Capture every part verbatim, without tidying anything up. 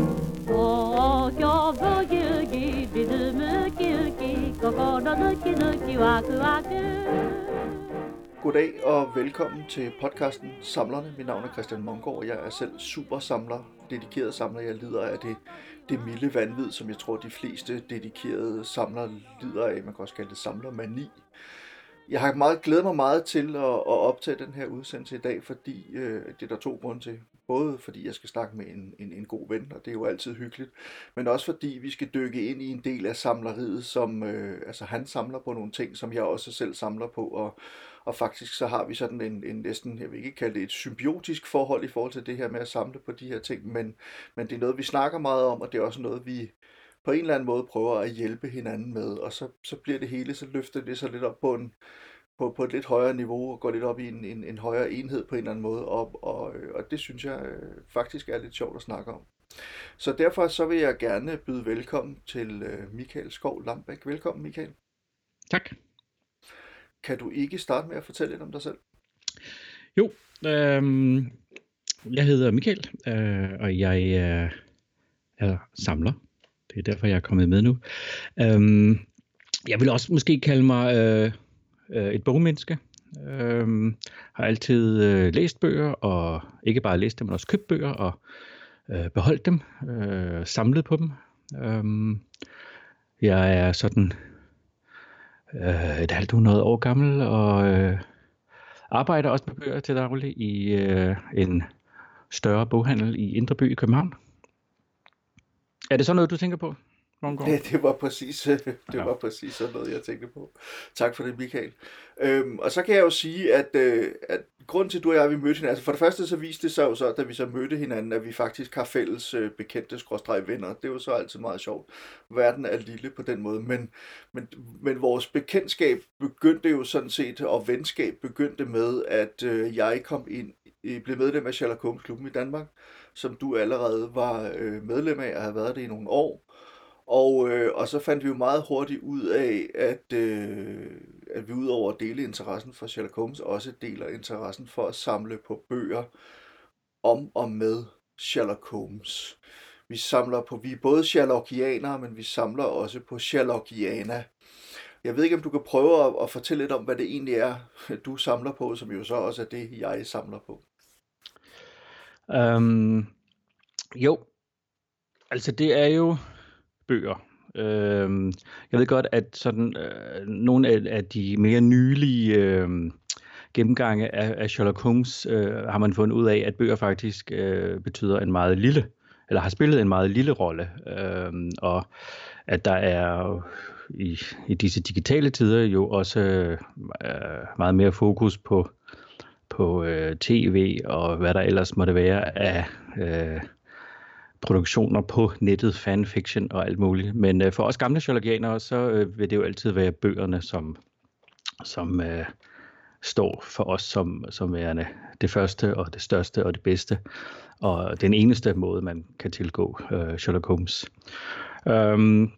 東京ブギウギリズムウキウキ心ヌキヌキワクワク。 Goddag og velkommen til podcasten Samlerne. Mit navn er Christian Mongård, og jeg er selv supersamler, dedikeret samler. Jeg lider af det, det milde vanvid, som jeg tror de fleste dedikerede samlere lider af. Man kan også kalde det samlermani. Jeg har meget glædet mig meget til at, at optage den her udsendelse i dag, fordi øh, det er der to grunde til. Både fordi jeg skal snakke med en, en, en god ven, og det er jo altid hyggeligt, men også fordi vi skal dykke ind i en del af samleriet, som øh, altså han samler på nogle ting, som jeg også selv samler på, og, og faktisk så har vi sådan en, en næsten, jeg vil ikke kalde det et symbiotisk forhold i forhold til det her med at samle på de her ting, men, men det er noget, vi snakker meget om, og det er også noget, vi på en eller anden måde prøver at hjælpe hinanden med, og så, så bliver det hele, så løfter det sig lidt op på en På, på et lidt højere niveau og går lidt op i en, en, en højere enhed på en eller anden måde, og, og, og det synes jeg øh, faktisk er lidt sjovt at snakke om. Så derfor så vil jeg gerne byde velkommen til øh, Michael Skov Lambæk. Velkommen, Michael. Tak. Kan du ikke starte med at fortælle lidt om dig selv? Jo, øh, jeg hedder Michael, øh, og jeg øh, er samler. Det er derfor, jeg er kommet med nu. Øh, jeg vil også måske kalde mig øh, et bogmenneske. Øh, har altid øh, læst bøger, og ikke bare læst dem, men også købt bøger og øh, beholdt dem, øh, samlet på dem. Øh, jeg er sådan øh, et halvt hundrede år gammel, og øh, arbejder også med bøger til daglig i øh, en større boghandel i Indre By i København. Er det sådan noget, du tænker på? Det, det var præcis det ja. var præcis sådan noget, jeg tænkte på. Tak for det, Michael. Øhm, og så kan jeg jo sige, at, øh, at grund til, at du og jeg vi mødte hinanden, altså for det første så viste det sig jo så, da vi så mødte hinanden, at vi faktisk har fælles øh, bekendte skråstreg venner. Det er jo så altid meget sjovt. Verden er lille på den måde, men, men, men vores bekendtskab begyndte jo sådan set, og venskab begyndte med, at øh, jeg kom ind, blev medlem af Sherlock Holmes klubben i Danmark, som du allerede var øh, medlem af og har været det i nogle år. Og, øh, og så fandt vi jo meget hurtigt ud af, at, øh, at vi udover at dele interessen for Sherlock Holmes, også deler interessen for at samle på bøger om og med Sherlock Holmes. Vi samler på, vi er både Sherlockianere, men vi samler også på Sherlockiana. Jeg ved ikke, om du kan prøve at, at fortælle lidt om, hvad det egentlig er, du samler på, som jo så også er det, jeg samler på. Um, jo, altså det er jo bøger. Øh, jeg ved godt, at sådan øh, nogle af, af de mere nylige øh, gennemgange af, af Sherlock Holmes øh, har man fundet ud af, at bøger faktisk øh, betyder en meget lille, eller har spillet en meget lille rolle, øh, og at der er i, i disse digitale tider jo også øh, meget mere fokus på på øh, tv og hvad der ellers måtte være af øh, produktioner på nettet, fanfiction og alt muligt. Men øh, for os gamle Sherlockianere, så øh, vil det jo altid være bøgerne, som, som øh, står for os som, som værende det første og det største og det bedste. Og den eneste måde, man kan tilgå øh, Sherlock Holmes. Um,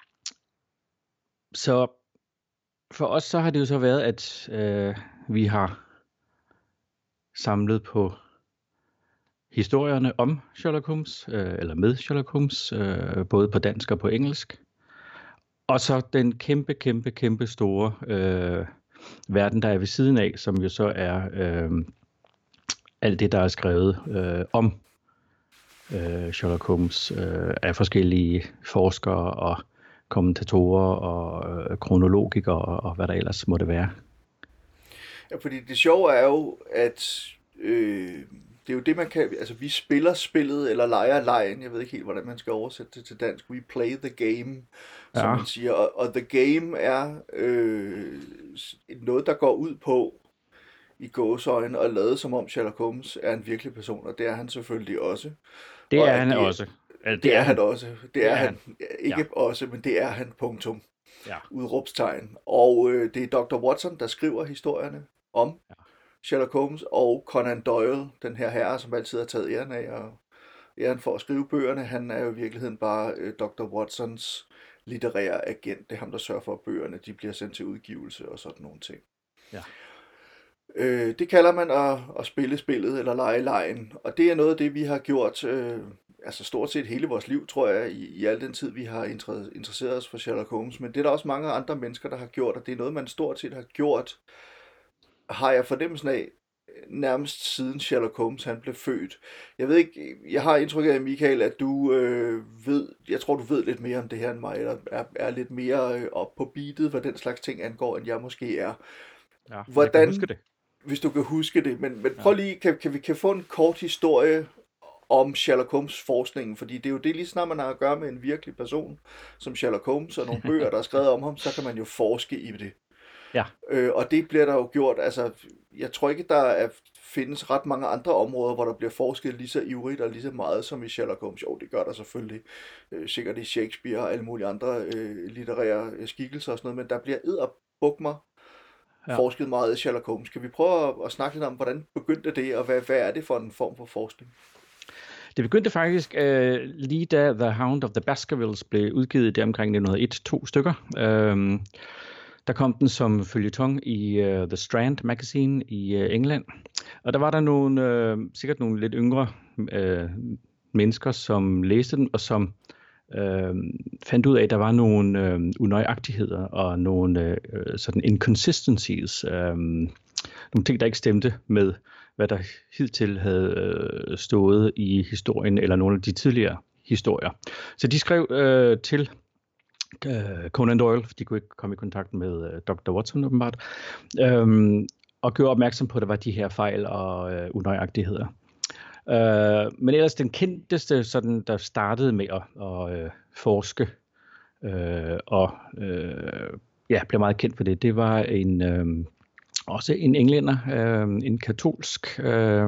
så for os så har det jo så været, at øh, vi har samlet på historierne om Sherlock Holmes, øh, eller med Sherlock Holmes, øh, både på dansk og på engelsk. Og så den kæmpe, kæmpe, kæmpe store øh, verden, der er ved siden af, som jo så er øh, alt det, der er skrevet øh, om øh, Sherlock Holmes øh, af forskellige forskere og kommentatorer og øh, kronologikere og, og hvad der ellers måtte være. Ja, fordi det sjove er jo, at øh, det er jo det, man kan, altså vi spiller spillet, eller leger lejen, jeg ved ikke helt, hvordan man skal oversætte det til dansk, we play the game, som ja. man siger, og, og the game er øh, noget, der går ud på, i gåseøjne, og lade som om Sherlock Holmes er en virkelig person, og det er han selvfølgelig også. Det og er han det, også. Det, det er han også. Det, det er, er han. han. Ikke ja. også, men det er han, punktum. Ja. Udråbstegn. Og øh, det er doktor Watson, der skriver historierne om ja. Sherlock Holmes, og Conan Doyle, den her herre, som altid har taget æren af, og æren for at skrive bøgerne, han er jo i virkeligheden bare øh, doktor Watsons litterære agent. Det er ham, der sørger for, at bøgerne de bliver sendt til udgivelse og sådan nogle ting. Ja. Øh, det kalder man at, at spille spillet eller lege lejen, og det er noget af det, vi har gjort øh, altså stort set hele vores liv, tror jeg, i, i al den tid, vi har interesseret os for Sherlock Holmes. Men det er der også mange andre mennesker, der har gjort, og det er noget, man stort set har gjort, har jeg fornemmelsen af, nærmest siden Sherlock Holmes han blev født. Jeg ved ikke, jeg har indtryk af, Michael, at du øh, ved, jeg tror du ved lidt mere om det her end mig, eller er, er lidt mere øh, op på beatet, hvad den slags ting angår, end jeg måske er. Ja, Hvordan, jeg kan huske det. Hvis du kan huske det, men, men prøv lige, kan, kan vi kan få en kort historie om Sherlock Holmes forskningen, fordi det er jo det, lige snart man har at gøre med en virkelig person, som Sherlock Holmes, og nogle bøger, der er skrevet om ham, så kan man jo forske i det. Ja. Øh, og det bliver der jo gjort, altså, jeg tror ikke, der er, findes ret mange andre områder, hvor der bliver forsket lige så ivrigt og lige så meget som i Sherlock Holmes. Jo, det gør der selvfølgelig, øh, sikkert i Shakespeare og alle mulige andre øh, litterære øh, skikkelser og sådan noget, men der bliver edderbukmer ja. forsket meget i Sherlock Holmes. Kan vi prøve at, at snakke lidt om, hvordan begyndte det, og hvad, hvad er det for en form for forskning? Det begyndte faktisk øh, lige da The Hound of the Baskervilles blev udgivet der omkring nitten hundrede og en, to stykker. Øh, Der kom den som føljeton i uh, The Strand Magazine i uh, England. Og der var der nogle, uh, sikkert nogle lidt yngre uh, mennesker, som læste den, og som uh, fandt ud af, at der var nogle uh, unøjagtigheder og nogle uh, sådan inconsistencies. Uh, nogle ting, der ikke stemte med, hvad der hidtil havde uh, stået i historien, eller nogle af de tidligere historier. Så de skrev uh, til Conan Doyle, for de kunne ikke komme i kontakt med uh, doktor Watson åbenbart, øhm, og gjorde opmærksom på, at der var de her fejl og øh, unøjagtigheder. Øh, men ellers den kendteste, sådan, der startede med at, at øh, forske øh, og øh, ja, blev meget kendt for det, det var en øh, også en englænder, øh, en katolsk øh,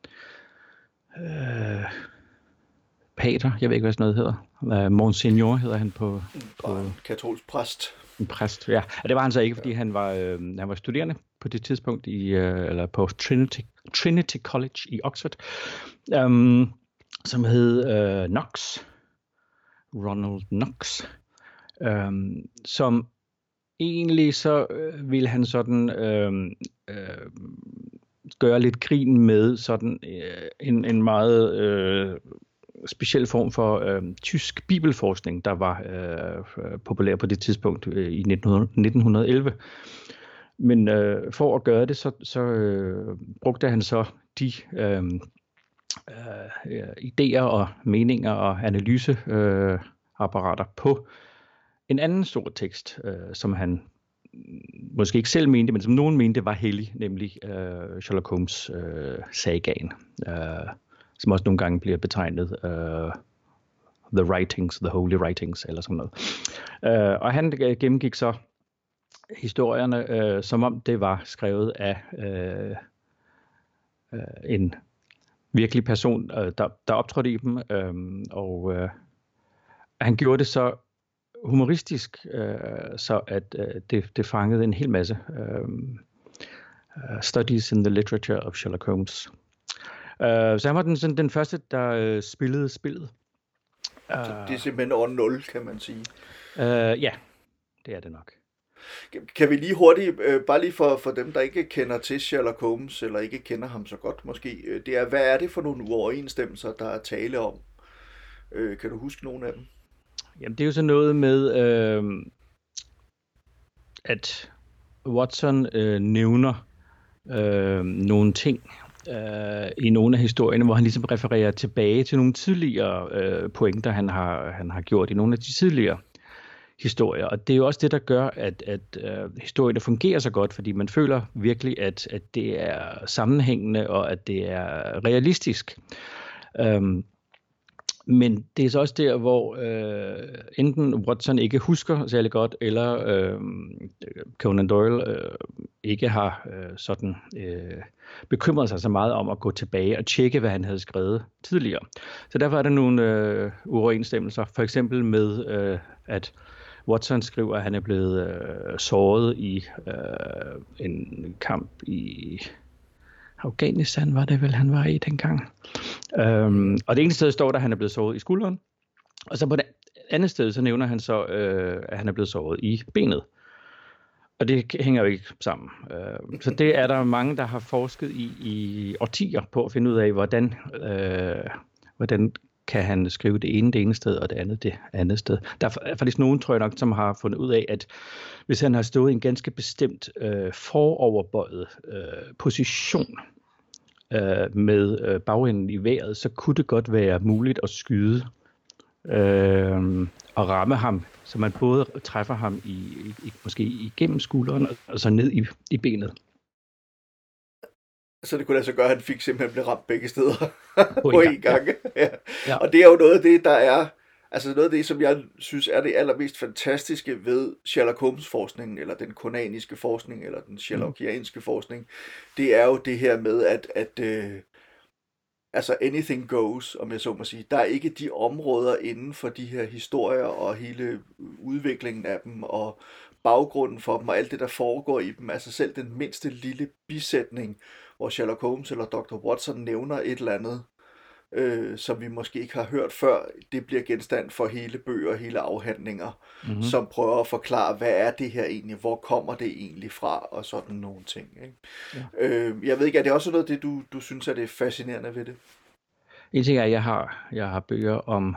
øh, pater, jeg ved ikke, hvad sådan noget hedder. Uh, Monsignor hedder han på... på en katolsk præst. En præst, ja. Og det var han så ikke, fordi han var, øh, han var studerende på det tidspunkt i, øh, eller på Trinity, Trinity College i Oxford, um, som hed øh, Knox. Ronald Knox. Um, som egentlig så øh, ville han sådan øh, øh, gøre lidt grin med sådan øh, en, en meget... Øh, speciel form for øh, tysk bibelforskning, der var øh, populær på det tidspunkt øh, i nitten elleve. Men øh, for at gøre det, så, så øh, brugte han så de øh, øh, idéer og meninger og analyseapparater øh, på en anden stor tekst, øh, som han måske ikke selv mente, men som nogen mente var hellig, nemlig øh, Sherlock Holmes øh, sagaen. Øh, som også nogle gange bliver betegnet uh, The Writings, The Holy Writings, eller sådan noget. Uh, og han gennemgik så historierne, uh, som om det var skrevet af uh, uh, en virkelig person, uh, der, der optrådte i dem, uh, og uh, han gjorde det så humoristisk, uh, så at uh, det, det fangede en hel masse uh, uh, studies in the literature of Sherlock Holmes. Uh, så han var den, sådan, den første, der uh, spillede spillet. Uh, så det er simpelthen år nul, kan man sige. Uh, ja, det er det nok. Kan vi lige hurtigt, uh, bare lige for, for dem, der ikke kender til Sherlock Holmes, eller ikke kender ham så godt måske, uh, det er, hvad er det for nogle uoverensstemmelser, der er tale om? Uh, kan du huske nogle af dem? Jamen, det er jo så noget med, uh, at Watson uh, nævner uh, nogle ting, Uh, i nogle af historierne, hvor han ligesom refererer tilbage til nogle tidligere uh, pointer, han har, han har gjort i nogle af de tidligere historier. Og det er jo også det, der gør, at, at uh, historierne fungerer så godt, fordi man føler virkelig, at, at det er sammenhængende, og at det er realistisk. Um, Men det er så også der, hvor øh, enten Watson ikke husker særlig godt, eller øh, Conan Doyle øh, ikke har øh, sådan øh, bekymret sig så meget om at gå tilbage og tjekke, hvad han havde skrevet tidligere. Så derfor er der nogle øh, uoverensstemmelser. For eksempel med, øh, at Watson skriver, at han er blevet øh, såret i øh, en kamp i Afghanistan, var det vel, han var i dengang. Øhm, og det ene sted står der, at han er blevet såret i skulderen. Og så på det andet sted, så nævner han så, øh, at han er blevet såret i benet. Og det hænger jo ikke sammen. Så det er der mange, der har forsket i i årtier på at finde ud af, hvordan, øh, hvordan kan han skrive det ene det ene sted, og det andet det andet sted. Der er faktisk nogen, tror jeg nok, som har fundet ud af, at hvis han har stået i en ganske bestemt øh, foroverbøjet øh, position øh, med øh, bagenden i vejret, så kunne det godt være muligt at skyde øh, og ramme ham, så man både træffer ham i, i måske igennem skulderen og så ned i, i benet. Så det kunne altså gøre, at han fik simpelthen blive ramt begge steder på på en en gang. gang. Ja. Ja. Og det er jo noget af det, der er, altså noget af det, som jeg synes er det allermest fantastiske ved Sherlock Holmes forskningen, eller den konaniske forskning, eller den sherlockianske forskning, det er jo det her med, at, at øh, altså anything goes, om jeg så må sige. Der er ikke de områder inden for de her historier, og hele udviklingen af dem, og baggrunden for dem, og alt det, der foregår i dem. Altså selv den mindste lille bisætning, hvor Sherlock Holmes eller doktor Watson nævner et eller andet, øh, som vi måske ikke har hørt før, det bliver genstand for hele bøger, hele afhandlinger, mm-hmm. som prøver at forklare, hvad er det her egentlig, hvor kommer det egentlig fra, og sådan nogle ting. Ikke? Ja. Øh, jeg ved ikke, er det også noget af det, du, du synes, er det fascinerende ved det? En ting er, at jeg har, jeg har bøger om,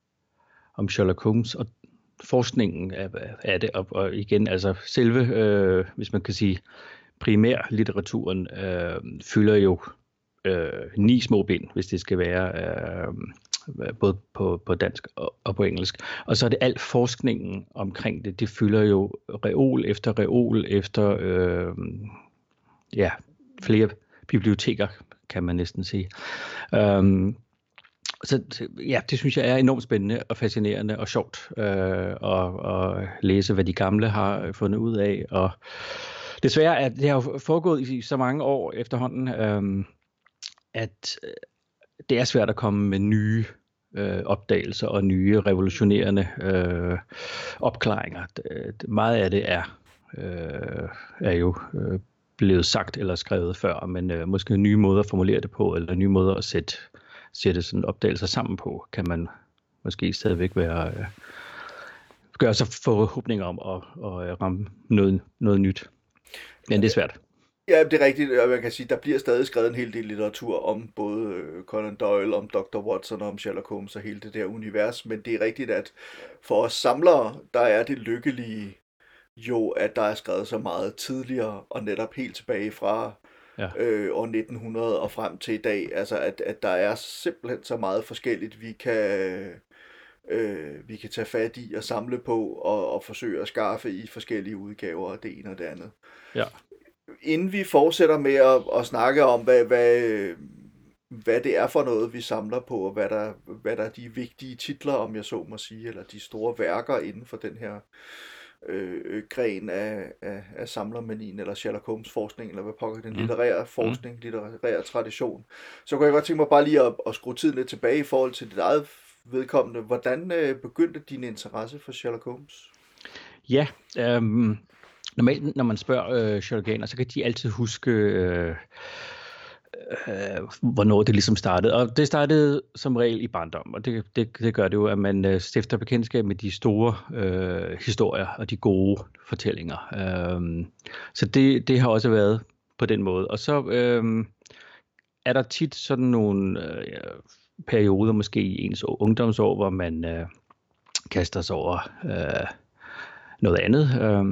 om Sherlock Holmes, og forskningen af, af det, og, og igen, altså selve, øh, hvis man kan sige, primærlitteraturen øh, fylder jo øh, ni små bind, hvis det skal være øh, både på, på dansk og, og på engelsk. Og så er det alt forskningen omkring det, det fylder jo reol efter reol efter øh, ja, flere biblioteker, kan man næsten sige. Um, Så ja, det synes jeg er enormt spændende og fascinerende og sjovt øh, at, at læse, hvad de gamle har fundet ud af. Og desværre er det har jo foregået i så mange år efterhånden, øh, at det er svært at komme med nye øh, opdagelser og nye revolutionerende øh, opklaringer. Det, meget af det er, øh, er jo øh, blevet sagt eller skrevet før, men øh, måske nye måder at formulere det på, eller nye måder at sætte sætte sådan opdagelser sammen på, kan man måske stadigvæk være, øh, gøre sig forhåbninger om at, at ramme noget, noget nyt. Men det er svært. Ja, det er rigtigt, og man kan sige, der bliver stadig skrevet en hel del litteratur om både Conan Doyle, om doktor Watson og om Sherlock Holmes og hele det der univers, men det er rigtigt, at for os samlere, der er det lykkelige jo, at der er skrevet så meget tidligere, og netop helt tilbage fra Ja. Øh, år nitten hundrede og frem til i dag, altså at, at der er simpelthen så meget forskelligt, vi kan, øh, vi kan tage fat i og samle på, og, og forsøge at skaffe i forskellige udgaver af det ene og det andet. Ja. Inden vi fortsætter med at, at snakke om, hvad, hvad, hvad det er for noget, vi samler på, og hvad der, hvad der er de vigtige titler, om jeg så må sige, eller de store værker inden for den her Øh, gren af, af, af samlermanien, eller Sherlock Holmes forskning, eller hvad pokker den litterære forskning, mm. litterære tradition. Så kunne jeg godt tænke mig bare lige at, at skrue tiden lidt tilbage i forhold til dit eget vedkommende. Hvordan øh, begyndte din interesse for Sherlock Holmes? Ja, øhm, normalt når man spørger øh, Sherlockianer, så kan de altid huske øh, øh, hvornår det ligesom startede. Og det startede som regel i barndom, og det, det, det gør det jo, at man øh, stifter bekendtskab med de store øh, historier og de gode fortællinger. Øh, så det, det har også været på den måde. Og så øh, er der tit sådan nogle øh, perioder, måske i ens ungdomsår, hvor man øh, kaster sig over øh, noget andet. Øh,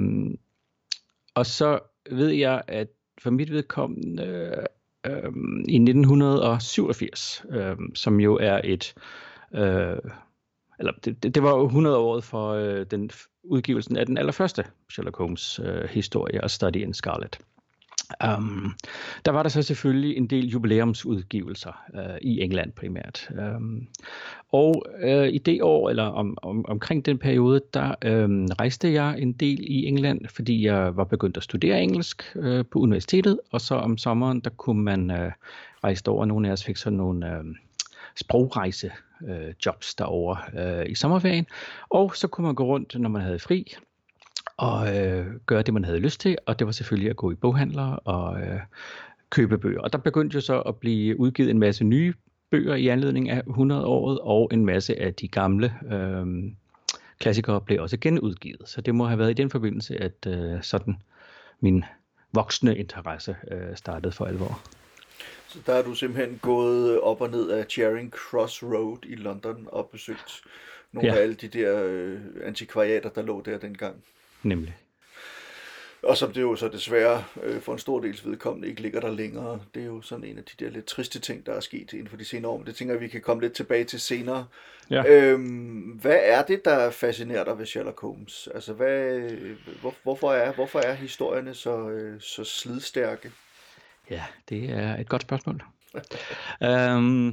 og så ved jeg, at for mit vedkommende øh, Øhm, i nitten syvogfirs, øhm, som jo er et, øh, eller det, det var jo hundrede-året for øh, den udgivelsen af den allerførste Sherlock Holmes øh, historie, A Study in Scarlet. Um, der var der så selvfølgelig en del jubilæumsudgivelser uh, i England primært. Um, og uh, i det år, eller om, om, omkring den periode, der um, rejste jeg en del i England, fordi jeg var begyndt at studere engelsk uh, på universitetet, og så om sommeren, der kunne man uh, rejse over. Nogle af os fik sådan nogle uh, sprogrejse uh, jobs derovre uh, i sommerferien, og så kunne man gå rundt, når man havde fri, og øh, gøre det, man havde lyst til, og det var selvfølgelig at gå i boghandler og øh, købe bøger. Og der begyndte jo så at blive udgivet en masse nye bøger i anledning af hundrede-året, og en masse af de gamle øh, klassikere blev også genudgivet. Så det må have været i den forbindelse, at øh, sådan min voksne interesse øh, startede for alvor. Så der er du simpelthen gået op og ned af Charing Cross Road i London og besøgt nogle Ja. af alle de der øh, antikvariater, der lå der dengang. Nemlig. Og som det jo så desværre øh, for en stor dels vedkommende ikke ligger der længere. Det er jo sådan en af de der lidt triste ting, der er sket inden for de senere år. Men det tænker jeg, vi kan komme lidt tilbage til senere. Ja. Øhm, hvad er det, der fascinerer dig ved Sherlock Holmes? Altså, hvad, hvor, hvorfor, er, hvorfor er historierne så, øh, så slidstærke? Ja, det er et godt spørgsmål. øhm,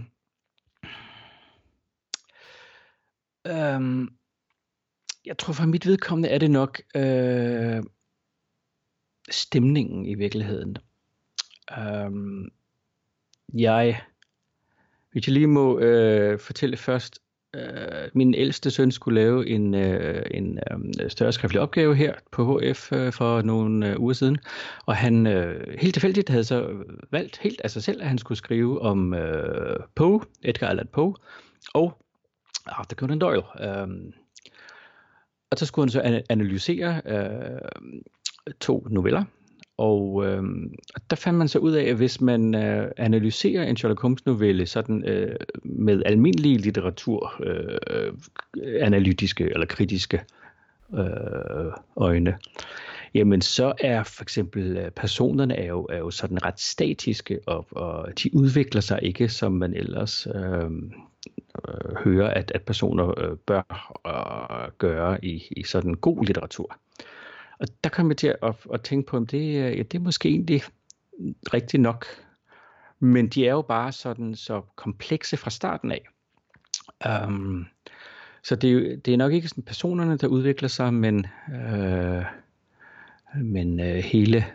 øhm, jeg tror for mit vedkommende er det nok øh, stemningen i virkeligheden. Øhm, jeg, hvis jeg lige må øh, fortælle først, øh, min ældste søn skulle lave en, øh, en øh, større skriftlig opgave her på H F øh, for nogle øh, uger siden, og han øh, helt tilfældigt havde så valgt helt af sig selv, at han skulle skrive om øh, Poe, Edgar Allan Poe, og Arthur Conan Doyle. Øh, og så skulle han så analysere øh, to noveller. Og øh, der fandt man så ud af, at hvis man øh, analyserer en Sherlock Holmes novelle sådan øh, med almindelige litteratur, øh, analytiske eller kritiske øh, øjne, jamen så er for eksempel personerne er jo, er jo sådan ret statiske, og, og de udvikler sig ikke, som man ellers øh, øh, hører, at, at personer øh, bør øh, gøre i, i sådan god litteratur. Og der kom jeg til at, at tænke på, om det, ja, det er måske egentlig rigtigt nok. Men de er jo bare sådan så komplekse fra starten af. Um, så det er, jo, det er nok ikke sådan personerne, der udvikler sig, men, øh, men øh, hele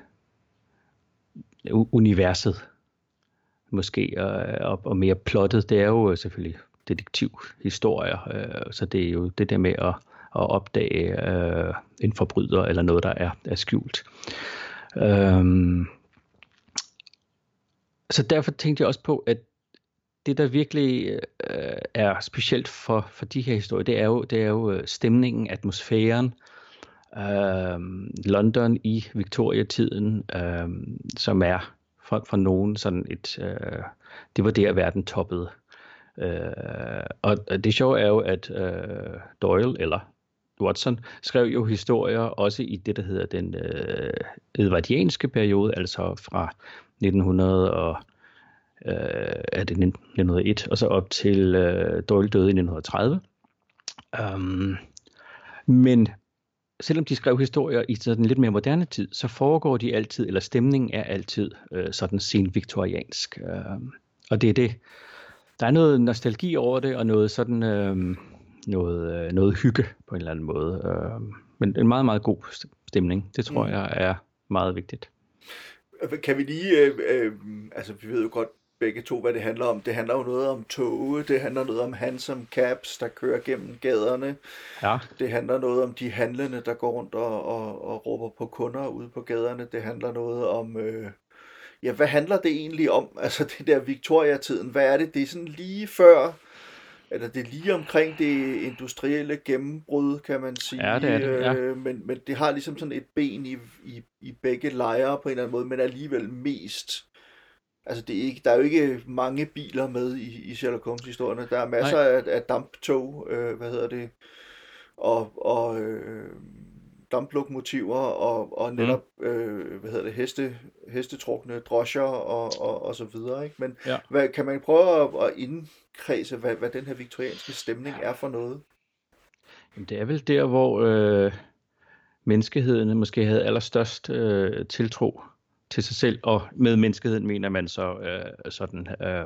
universet måske, og, og mere plottet. Det er jo selvfølgelig detektivhistorier, øh, så det er jo det der med at at opdage øh, en forbryder eller noget, der er, er skjult. Øhm, så derfor tænkte jeg også på, at det, der virkelig øh, er specielt for, for de her historier, det er jo, det er jo stemningen, atmosfæren, øh, London i Victoria-tiden, øh, som er for, for nogen sådan et, øh, det var der, verden toppede. Øh, og det sjove er jo, at øh, Doyle, eller Watson, skrev jo historier også i det, der hedder den øh, edvardianske periode, altså fra nitten hundrede og, øh, er det nitten hundrede og en, og så op til øh, Doyle døde i nitten tredive. Um, men selvom de skrev historier i sådan lidt mere moderne tid, så foregår de altid, eller stemningen er altid øh, sådan sen-viktoriansk. Uh, og det er det. Der er noget nostalgi over det, og noget sådan øh, noget, øh, noget hygge på en eller anden måde. Øh, men en meget, meget god stemning. Det tror mm. jeg er meget vigtigt. Kan vi lige, øh, øh, altså vi ved jo godt begge to, hvad det handler om. Det handler jo noget om toge, det handler noget om handsome cabs, der kører gennem gaderne. Ja. Det handler noget om de handlende, der går rundt og, og, og råber på kunder ude på gaderne. Det handler noget om... Øh, Ja, hvad handler det egentlig om? Altså det der Victoria-tiden, hvad er det? Det er sådan lige før, eller det er lige omkring det industrielle gennembrud, kan man sige. Ja, det er det, ja. øh, men, men det har ligesom sådan et ben i, i, i begge lejre på en eller anden måde, men alligevel mest. Altså det er ikke, der er jo ikke mange biler med i, i Sherlock Holmes-historierne. Der er masser af, af damptog, øh, hvad hedder det, og... og øh, damplokomotiver og, og netop mm. øh, hvad hedder det, heste, hestetrukne drosjer og, og, og så videre, ikke? Men ja. hvad, kan man prøve at, at indkredse, hvad, hvad den her viktorianske stemning er for noget? Jamen, det er vel der, hvor øh, menneskeheden måske havde allerstørst øh, tiltro til sig selv, og med menneskeheden mener man så øh, sådan, øh,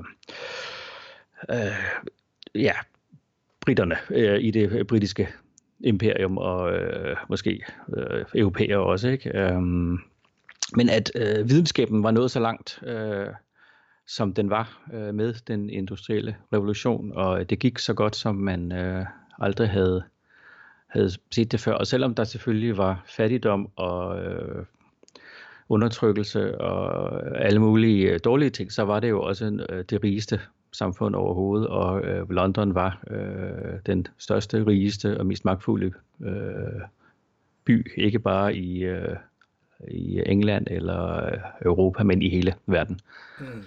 øh, ja, britterne øh, i det britiske imperium, og øh, måske øh, europæer også, ikke? Um, men at øh, videnskaben var nået så langt, øh, som den var øh, med den industrielle revolution, og det gik så godt, som man øh, aldrig havde, havde set det før. Og selvom der selvfølgelig var fattigdom og øh, undertrykkelse og alle mulige dårlige ting, så var det jo også øh, det rigeste samfund overhovedet, og øh, London var øh, den største, rigeste og mest magtfulde øh, by, ikke bare i øh, i England eller Europa, men i hele verden. Mm.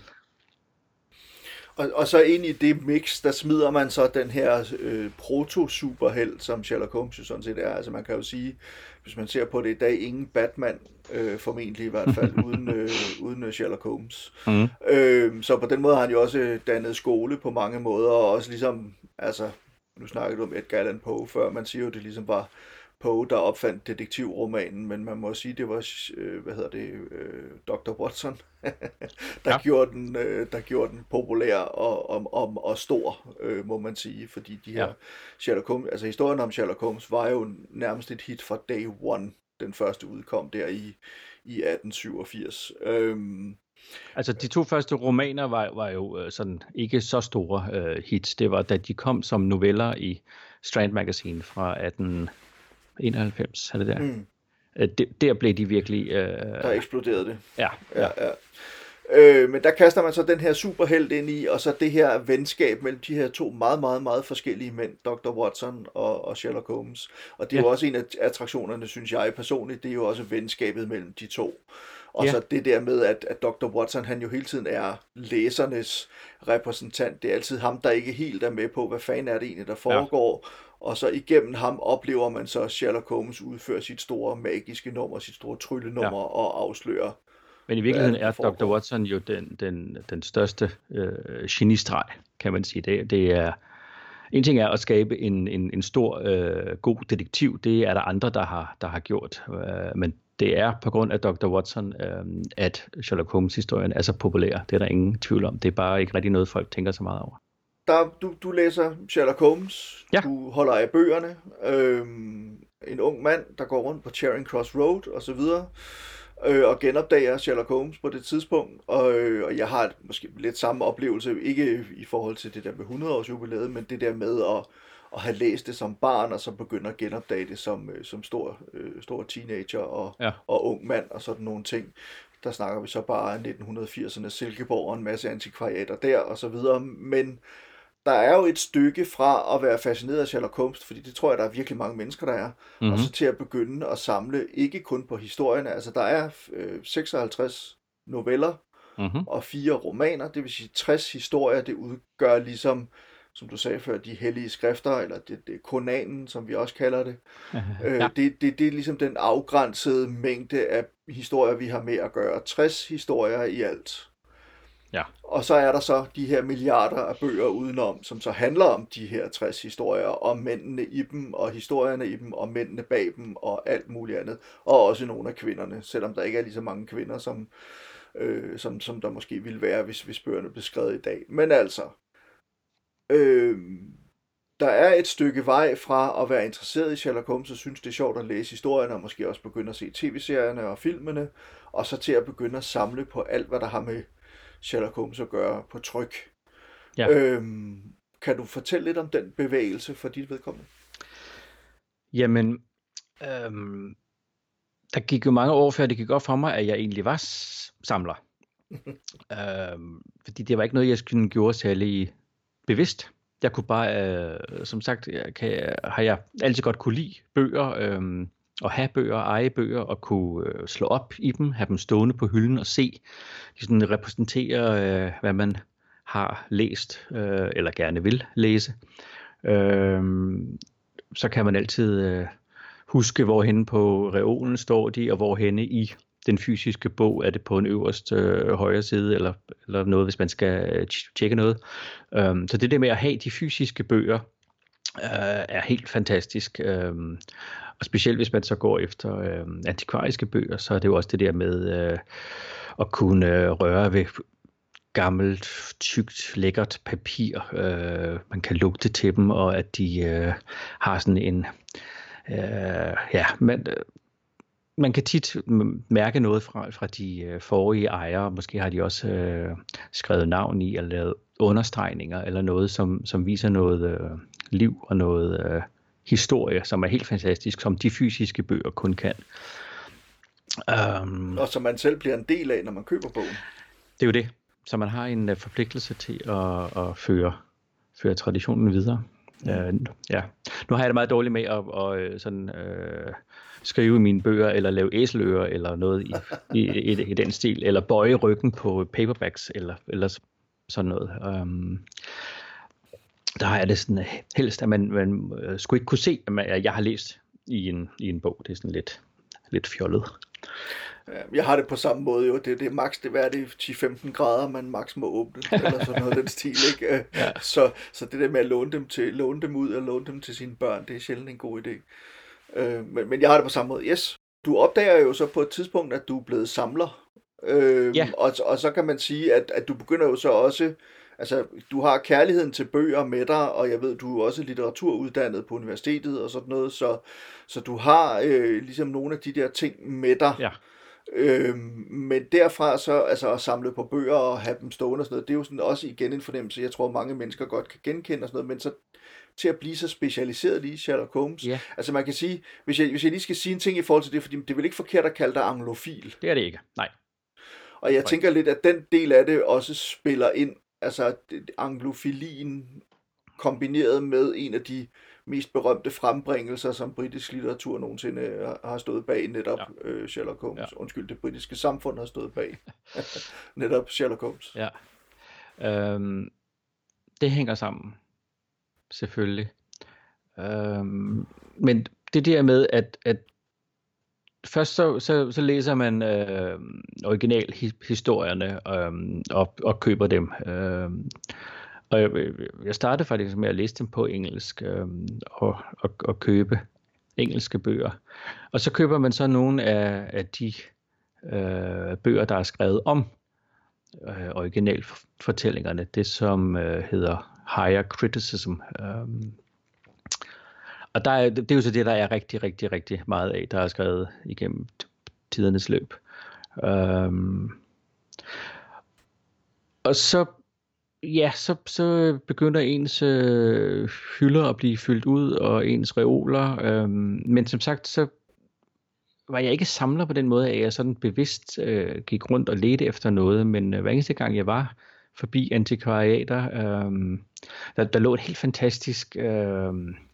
Og, og så ind i det mix, der smider man så den her øh, proto-superhelt, som Sherlock Holmes jo sådan set er. Altså man kan jo sige, hvis man ser på det i dag, ingen Batman, øh, formentlig i hvert fald, uden, øh, uden Sherlock Holmes. Mm. Øh, så på den måde har han jo også dannet skole på mange måder, og også ligesom, altså, nu snakkede du om Edgar Allan Poe før, man siger jo, det ligesom var Poe, der opfandt detektivromanen, men man må sige, det var, øh, hvad hedder det, øh, doktor Watson, der, ja. gjorde den, øh, der gjorde den populær og, og, og, og stor, øh, må man sige, fordi de her ja. Sherlock Holmes, altså historien om Sherlock Holmes var jo nærmest et hit fra day one. Den første udkom der i, i atten syvogfirs. Øhm, Altså de to første romaner var, var jo øh, sådan ikke så store øh, hits. Det var da de kom som noveller i Strand Magazine fra atten enoghalvfems, er det der? Mm. Øh, der, der blev de virkelig... Øh, der eksploderede det. Ja. ja, ja. Øh, men der kaster man så den her superhelt ind i, og så det her venskab mellem de her to meget, meget, meget forskellige mænd, doktor Watson og, og Sherlock Holmes. Og det er ja. jo også en af attraktionerne, synes jeg personligt, det er jo også venskabet mellem de to. Og ja. så det der med, at, at doktor Watson, han jo hele tiden er læsernes repræsentant. Det er altid ham, der ikke helt er med på, hvad fanden er det egentlig, der foregår. Ja. Og så igennem ham oplever man så, at Sherlock Holmes udfører sit store magiske nummer, sit store tryllenummer ja. og afslører. Men i virkeligheden er doktor Watson jo den, den, den største øh, genistreg, kan man sige. Det, det er, en ting er at skabe en, en, en stor, øh, god detektiv. Det er der andre, der har, der har gjort. Øh, men det er på grund af doktor Watson, øh, at Sherlock Holmes-historien er så populær. Det er der ingen tvivl om. Det er bare ikke rigtig noget, folk tænker så meget over. Der, du, du læser Sherlock Holmes. Ja. Du holder af bøgerne. Øh, en ung mand, der går rundt på Charing Cross Road og så videre. Og genopdager Sherlock Holmes på det tidspunkt, og, øh, og jeg har et, måske lidt samme oplevelse, ikke i forhold til det der med hundrede års jubilæet, men det der med at, at have læst det som barn, og så begynde at genopdage det som, øh, som stor, øh, stor teenager og, ja. og ung mand, og sådan nogle ting. Der snakker vi så bare nitten firserne, Silkeborg og en masse antikvariater der, og så videre, men der er jo et stykke fra at være fascineret af Sherlock Holmes, fordi det tror jeg, der er virkelig mange mennesker, der er, mm-hmm. og så til at begynde at samle, ikke kun på historierne, altså der er øh, seksoghalvtreds noveller mm-hmm. og fire romaner, det vil sige tres historier, det udgør ligesom, som du sagde før, de hellige skrifter, eller det, det Koranen, som vi også kalder det. Ja. Øh, det, det. Det er ligesom den afgrænsede mængde af historier, vi har med at gøre. tres historier i alt. Ja. Og så er der så de her milliarder af bøger udenom, som så handler om de her tres historier, om mændene i dem, og historierne i dem, og mændene bag dem, og alt muligt andet. Og også nogle af kvinderne, selvom der ikke er lige så mange kvinder, som, øh, som, som der måske ville være, hvis, hvis bøgerne blev skrevet i dag. Men altså, øh, der er et stykke vej fra at være interesseret i Sherlock Holmes, og synes det er sjovt at læse historierne, og måske også begynde at se tv-serierne og filmene, og så til at begynde at samle på alt, hvad der har med Sherlock Holmes at gøre på tryk. Ja. Øhm, kan du fortælle lidt om den bevægelse for dit vedkommende? Jamen, øhm, der gik jo mange år før det gik op for mig, at jeg egentlig var samler. øhm, fordi det var ikke noget, jeg skulle gjorde særlig bevidst. Jeg kunne bare, øh, som sagt, jeg kan, har jeg altid godt kunne lide bøger, øh, og have bøger, eje bøger, og kunne øh, slå op i dem, have dem stående på hylden og se. De sådan repræsenterer, øh, hvad man har læst, øh, eller gerne vil læse. Øh, så kan man altid øh, huske, hvorhenne på reolen står de, og hvorhenne i den fysiske bog er det på en øverste øh, højre side, eller, eller noget, hvis man skal tjekke noget. Øh, så det der med at have de fysiske bøger, øh, er helt fantastisk. Øh, Og specielt hvis man så går efter øh, antikvariske bøger, så er det jo også det der med øh, at kunne øh, røre ved gammelt, tykt, lækkert papir. Øh, man kan lugte til dem, og at de øh, har sådan en... Øh, ja, man, man kan tit mærke noget fra, fra de øh, forrige ejere. Måske har de også øh, skrevet navn i, eller lavet understregninger, eller noget, som, som viser noget øh, liv og noget... Øh, historie, som er helt fantastisk, som de fysiske bøger kun kan. Um, og som man selv bliver en del af, når man køber bogen. Det er jo det. Så man har en uh, forpligtelse til at, at føre, føre traditionen videre. Mm. Øh, ja. Nu har jeg det meget dårligt med at, at sådan, øh, skrive i mine bøger, eller lave æselører, eller noget i, i, i, i den stil, eller bøje ryggen på paperbacks, eller, eller sådan noget. Um, der har jeg det sådan helst, at man, man øh, skulle ikke kunne se, at, man, at jeg har læst i en, i en bog. Det er sådan lidt, lidt fjollet. Jeg har det på samme måde jo. Det, det er maks det er det ti til femten grader, man maks må åbne, eller sådan noget den stil, ikke? Ja. Så, så det der med at låne dem, til, låne dem ud og låne dem til sine børn, det er sjældent en god idé. Men, men jeg har det på samme måde. Yes. Du opdager jo så på et tidspunkt, at du er blevet samler. Øh, ja. og, og så kan man sige, at, at du begynder jo så også, altså du har kærligheden til bøger med dig, og jeg ved, du er også litteraturuddannet på universitetet og sådan noget, så, så du har øh, ligesom nogle af de der ting med dig. Ja. Øhm, men derfra så altså at samle på bøger og have dem stående og sådan noget, det er jo sådan også igen en fornemmelse, jeg tror mange mennesker godt kan genkende og sådan noget, men så til at blive så specialiseret i Sherlock Holmes. Yeah. Altså man kan sige, hvis jeg, hvis jeg lige skal sige en ting i forhold til det, fordi det er vel ikke forkert at kalde dig anglofil. Det er det ikke, nej. Og jeg tænker lidt, at den del af det også spiller ind, altså anglofilien kombineret med en af de mest berømte frembringelser, som britisk litteratur nogensinde har stået bag, netop ja. øh, Sherlock Holmes. Ja. Undskyld, det britiske samfund har stået bag. Netop Sherlock Holmes. Ja. Øhm, det hænger sammen. Selvfølgelig. Øhm, men det der med, at, at først så, så, så læser man øh, originalhistorierne øh, og, og køber dem. Øh, Og jeg, jeg startede faktisk med at læse dem på engelsk øh, og, og, og købe engelske bøger. Og så køber man så nogle af, af de øh, bøger, der er skrevet om øh, originalfortællingerne. Det som øh, hedder Higher Criticism. Øh, og der er, det er jo så det, der er rigtig, rigtig, rigtig meget af, der er skrevet igennem tidernes løb. Øh, og så Ja, så, så begynder ens øh, hylder at blive fyldt ud, og ens reoler. Øh, men som sagt, så var jeg ikke samler på den måde, at jeg sådan bevidst øh, gik rundt og ledte efter noget. Men øh, hver eneste gang jeg var forbi antikvariater, øh, der, der lå et helt fantastisk øh,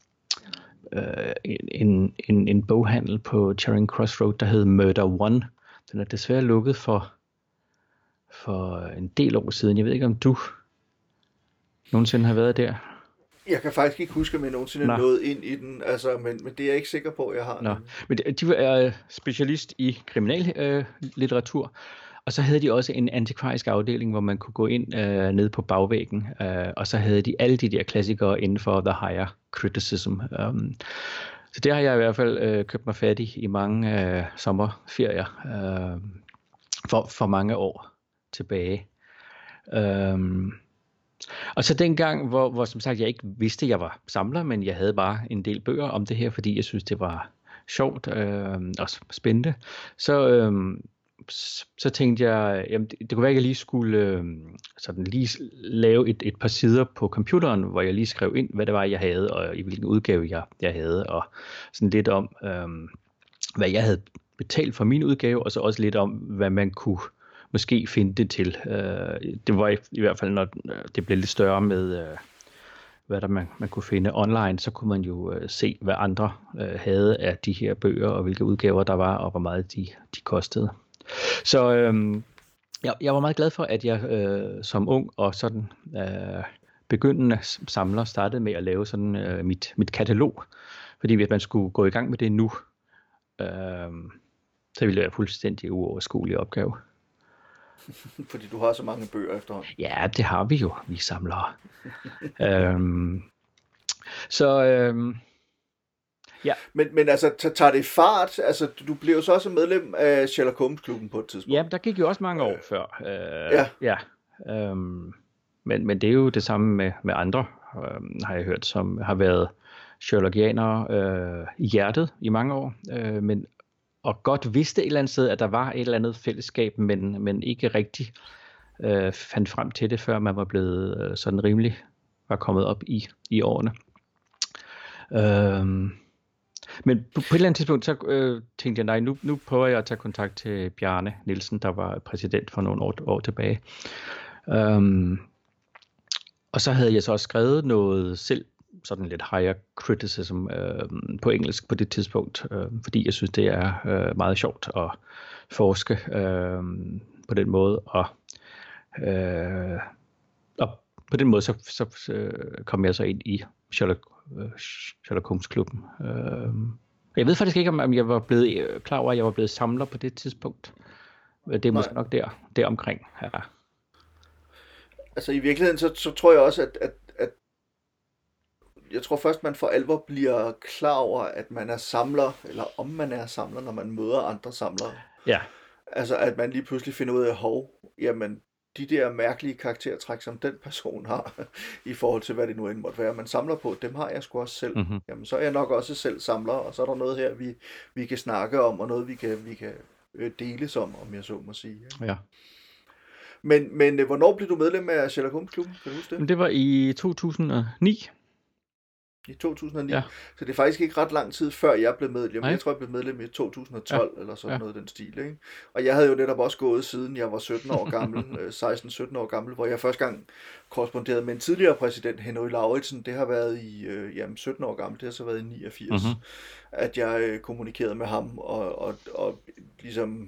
øh, en, en, en boghandel på Charing Cross Road, der hed Murder One. Den er desværre lukket for, for en del år siden. Jeg ved ikke, om du nogensinde har været der? Jeg kan faktisk ikke huske, om jeg nogensinde er nået ind i den, altså, men, men det er jeg ikke sikker på, at jeg har. Nå. Men de er specialist i kriminallitteratur, øh, og så havde de også en antikvarisk afdeling, hvor man kunne gå ind øh, ned på bagvæggen, øh, og så havde de alle de der klassikere inden for The Higher Criticism. Um, så det har jeg i hvert fald øh, købt mig fat i i mange øh, sommerferier øh, for, for mange år tilbage. Um, Og så dengang, hvor, hvor som sagt jeg ikke vidste, at jeg var samler, men jeg havde bare en del bøger om det her, fordi jeg synes det var sjovt øh, og spændende, så, øh, så tænkte jeg, jamen det, det kunne være, at jeg lige skulle øh, sådan lige lave et, et par sider på computeren, hvor jeg lige skrev ind, hvad det var, jeg havde, og i hvilken udgave jeg, jeg havde, og sådan lidt om, øh, hvad jeg havde betalt for min udgave, og så også lidt om, hvad man kunne måske finde det til. Det var i, i hvert fald, når det blev lidt større med, hvad der man, man kunne finde online, så kunne man jo se, hvad andre havde af de her bøger, og hvilke udgaver der var, og hvor meget de, de kostede. Så øhm, jeg, jeg var meget glad for, at jeg øh, som ung og sådan øh, begyndende samler startede med at lave sådan øh, mit, mit katalog, fordi hvis man skulle gå i gang med det nu, øh, så ville det være fuldstændig uoverskuelig opgave. Fordi du har så mange bøger efterhånden. Ja, det har vi jo, vi samlere. øhm, så øhm, ja. Men, men altså, tager det fart? Altså, du blev jo så også medlem af Sherlock Holmes-klubben på et tidspunkt. Ja, der gik jo også mange år øh, før. Øh, ja. ja øhm, men, men det er jo det samme med, med andre, øh, har jeg hørt, som har været Sherlockianere øh, i hjertet i mange år. Øh, men og godt vidste et eller andet sted, at der var et eller andet fællesskab, men, men ikke rigtig øh, fandt frem til det, før man var blevet øh, sådan rimelig, var kommet op i, i årene. Øhm, men på, på et eller andet tidspunkt, så øh, tænkte jeg, nej, nu, nu prøver jeg at tage kontakt til Bjarne Nielsen, der var præsident for nogle år, år tilbage. Øhm, og så havde jeg så også skrevet noget selv sådan lidt higher criticism øh, på engelsk på det tidspunkt, øh, fordi jeg synes, det er øh, meget sjovt at forske øh, på den måde, og, øh, og på den måde så, så øh, kom jeg så ind i Sherlock, øh, Sherlock Holmes-klubben. Øh, jeg ved faktisk ikke, om jeg var blevet klar over, at jeg var blevet samler på det tidspunkt. Det er måske Nej. nok der, der omkring. Ja. Altså i virkeligheden, så, så tror jeg også, at, at, at jeg tror først, man for alvor bliver klar over, at man er samler, eller om man er samler, når man møder andre samlere. Ja. Altså at man lige pludselig finder ud af, hov, jamen de der mærkelige karaktertræk, som den person har, i forhold til hvad det nu end måtte være, man samler på, dem har jeg sgu også selv. Mm-hmm. Jamen så er jeg nok også selv samler, og så er der noget her, vi, vi kan snakke om, og noget vi kan, vi kan deles om, om jeg så må sige. Ja. Ja. Men, men hvornår blev du medlem af Sherlock Holmes-klubben? Kan du huske det? Det var i to tusind og ni. I to tusind og ni? Ja. Så det er faktisk ikke ret lang tid før jeg blev medlem. Nej. Jeg tror, jeg blev medlem i to tusind og tolv, ja. Eller sådan ja. noget den stil. Ikke? Og jeg havde jo netop også gået, siden jeg var sytten år gammel, seksten sytten år gammel, hvor jeg første gang korresponderede med en tidligere præsident, Henry Lauritsen. Det har været i øh, jamen, sytten år gammel, det har så været i niogfirs, mm-hmm. at jeg øh, kommunikerede med ham, og, og, og ligesom...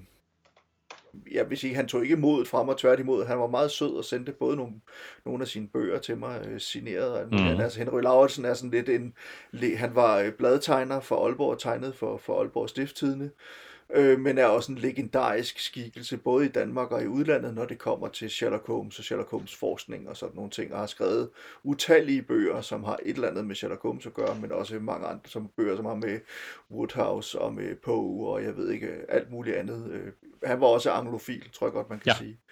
Ja, hvis ikke, han tog ikke modet fra mig, tværtimod. Han var meget sød og sendte både nogle, nogle af sine bøger til mig, øh, signeret. Mm. Altså, Henry Lauritsen er sådan lidt en... Han var øh, bladtegner for Aalborg og tegnet for, for Aalborg Stiftstidende, øh, men er også en legendarisk skikkelse, både i Danmark og i udlandet, når det kommer til Sherlock Holmes og Sherlock Holmes forskning og sådan nogle ting, og har skrevet utallige bøger, som har et eller andet med Sherlock Holmes at gøre, men også mange andre som bøger, som har med Woodhouse og med Poe, og jeg ved ikke, alt muligt andet. Han var også anglofil, tror jeg godt, man kan ja. sige.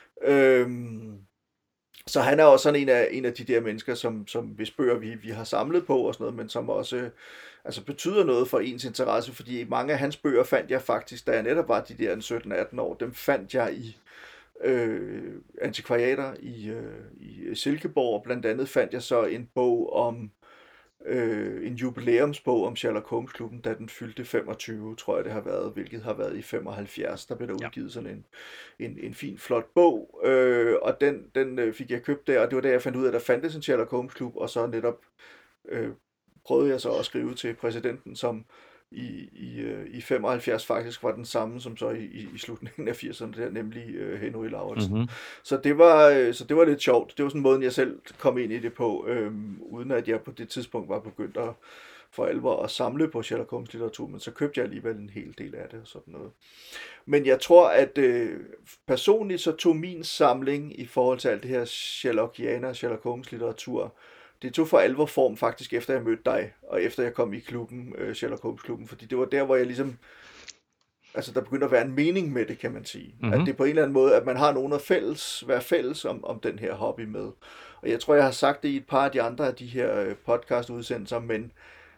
Øhm, så han er også sådan en af, en af de der mennesker, som, som hvis bøger vi, vi har samlet på og sådan noget, men som også altså betyder noget for ens interesse, fordi mange af hans bøger fandt jeg faktisk, da jeg netop var de der sytten atten år, dem fandt jeg i øh, antikvariater i, øh, i Silkeborg. Blandt andet fandt jeg så en bog om øh, en jubilæumsbog om Sherlock Holmes-klubben, da den fyldte femogtyve, tror jeg det har været, hvilket har været i femoghalvfjerds. Der blev der udgivet sådan en, en, en fin, flot bog, øh, og den, den fik jeg købt der, og det var der, jeg fandt ud af, at der fandtes en Sherlock Holmes-klub, og så netop øh, prøvede jeg så at skrive til præsidenten, som i, i, i femoghalvfjerds faktisk var den samme som så i, i slutningen af firserne, der, nemlig uh, Henry Lauritsen. Mm-hmm. Så, det var, så det var lidt sjovt. Det var sådan en måde, jeg selv kom ind i det på, øhm, uden at jeg på det tidspunkt var begyndt at for alvor at samle på Sherlock Holmes litteratur, men så købte jeg alligevel en hel del af det og sådan noget. Men jeg tror, at øh, personligt så tog min samling i forhold til alt det her Sherlockianer, Sherlock Holmes litteratur, det tog for alvor form faktisk efter jeg mødte dig, og efter jeg kom i klubben, øh, Sherlock Holmes-klubben, fordi det var der, hvor jeg ligesom, altså der begyndte at være en mening med det, kan man sige. Mm-hmm. At det er på en eller anden måde, at man har nogen at fælles, være fælles om, om den her hobby med. Og jeg tror, jeg har sagt det i et par af de andre af de her podcast-udsendelser, men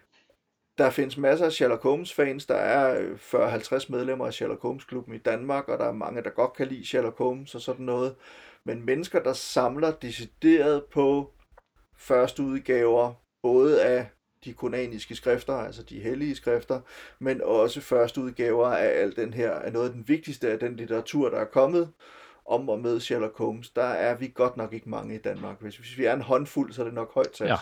der findes masser af Sherlock Holmes-fans. Der er fyrre halvtreds medlemmer af Sherlock Holmes-klubben i Danmark, og der er mange, der godt kan lide Sherlock Holmes og sådan noget. Men mennesker, der samler decideret på første udgaver, både af de konaniske skrifter, altså de hellige skrifter, men også første udgaver af alt den her, af noget af den vigtigste af den litteratur, der er kommet om og med Sherlock Holmes. Der er vi godt nok ikke mange i Danmark. Hvis, hvis vi er en håndfuld, så er det nok højt sat. Ja.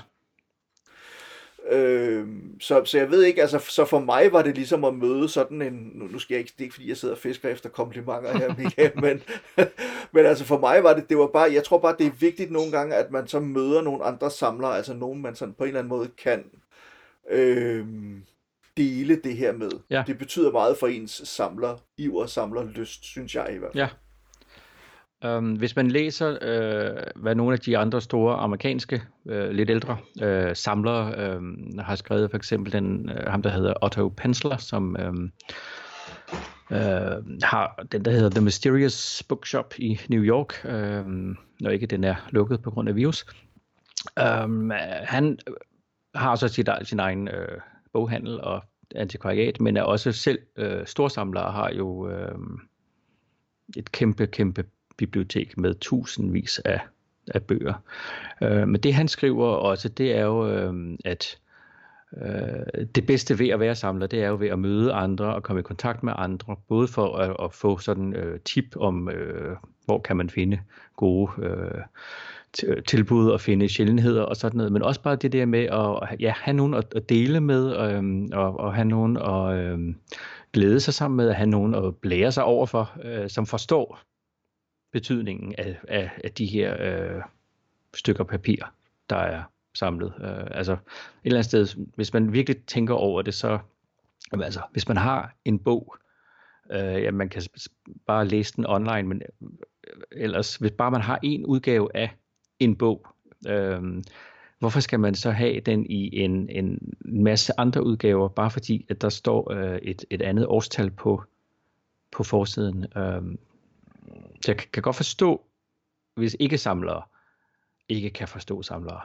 Øh, så, så jeg ved ikke, altså så for mig var det ligesom at møde sådan en, nu, nu skal jeg ikke, det er ikke fordi jeg sidder og fisker efter komplimenter her, Michael, men, men altså for mig var det, det var bare, jeg tror bare det er vigtigt nogle gange, at man så møder nogle andre samlere, altså nogen man sådan på en eller anden måde kan øh, dele det her med. Ja. Det betyder meget for ens samler, iver, samler lyst, synes jeg i hvert fald. Ja. Um, hvis man læser, uh, hvad nogle af de andre store amerikanske, uh, lidt ældre uh, samlere uh, har skrevet, for eksempel den, uh, ham der hedder Otto Penzler, som um, uh, har den der hedder The Mysterious Bookshop i New York, uh, når ikke den er lukket på grund af virus. Um, han har så sit, sin egen uh, boghandel og antikvariat, men er også selv uh, storsamler og har jo uh, et kæmpe, kæmpe bibliotek med tusindvis af, af bøger. Øh, men det han skriver også, det er jo, øh, at øh, det bedste ved at være samler, det er jo ved at møde andre og komme i kontakt med andre, både for at, at få sådan øh, tip om, øh, hvor kan man finde gode øh, tilbud og finde sjældenheder og sådan noget, men også bare det der med at ja, have nogen at, at dele med, øhm, og, og have nogen at øhm, glæde sig sammen med, at have nogen at blære sig overfor, øh, som forstår betydningen af, af, af de her øh, stykker papir, der er samlet. Øh, altså et eller andet sted, hvis man virkelig tænker over det, så jamen, altså, hvis man har en bog, øh, ja, man kan bare læse den online, men ellers, hvis bare man har en udgave af en bog, øh, hvorfor skal man så have den i en, en masse andre udgaver, bare fordi, at der står øh, et, et andet årstal på, på forsiden? Øh, så jeg kan godt forstå, hvis ikke samlere ikke kan forstå samlere.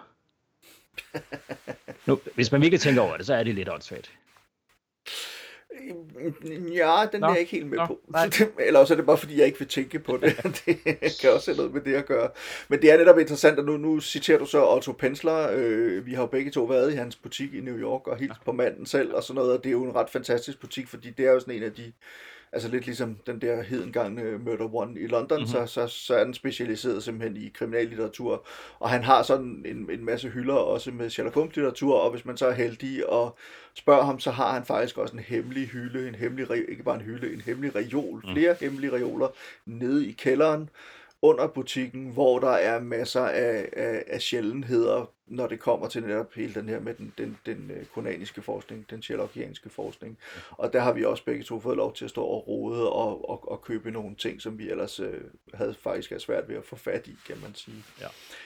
Nu, hvis man virkelig tænker over det, så er det lidt åndssvagt. Ja, den Nå. er jeg ikke helt med Nå, på. Eller også er det bare, fordi jeg ikke vil tænke på det. Det kan også have noget med det at gøre. Men det er netop interessant, og nu, nu citerer du så Otto Penzler. Øh, vi har jo begge to været i hans butik i New York og hilst på manden selv og sådan noget, og det er jo en ret fantastisk butik, fordi det er jo sådan en af de, altså lidt ligesom den der hedengangne Murder One i London, mm-hmm. så, så, så er den specialiseret simpelthen i kriminallitteratur, og han har sådan en, en masse hylder også med Sherlock Holmes litteratur, og hvis man så er heldig og spørger ham, så har han faktisk også en hemmelig hylde, en hemmelig, ikke bare en hylde, en hemmelig reol, flere mm. hemmelige reoler nede i kælderen under butikken, hvor der er masser af, af, af sjældenheder, når det kommer til netop hele den her med den, den, den konaniske forskning, den sherlockianske forskning. Og der har vi også begge to fået lov til at stå og rode og, og, og købe nogle ting, som vi ellers øh, havde faktisk havde svært ved at få fat i, kan man sige. Ja.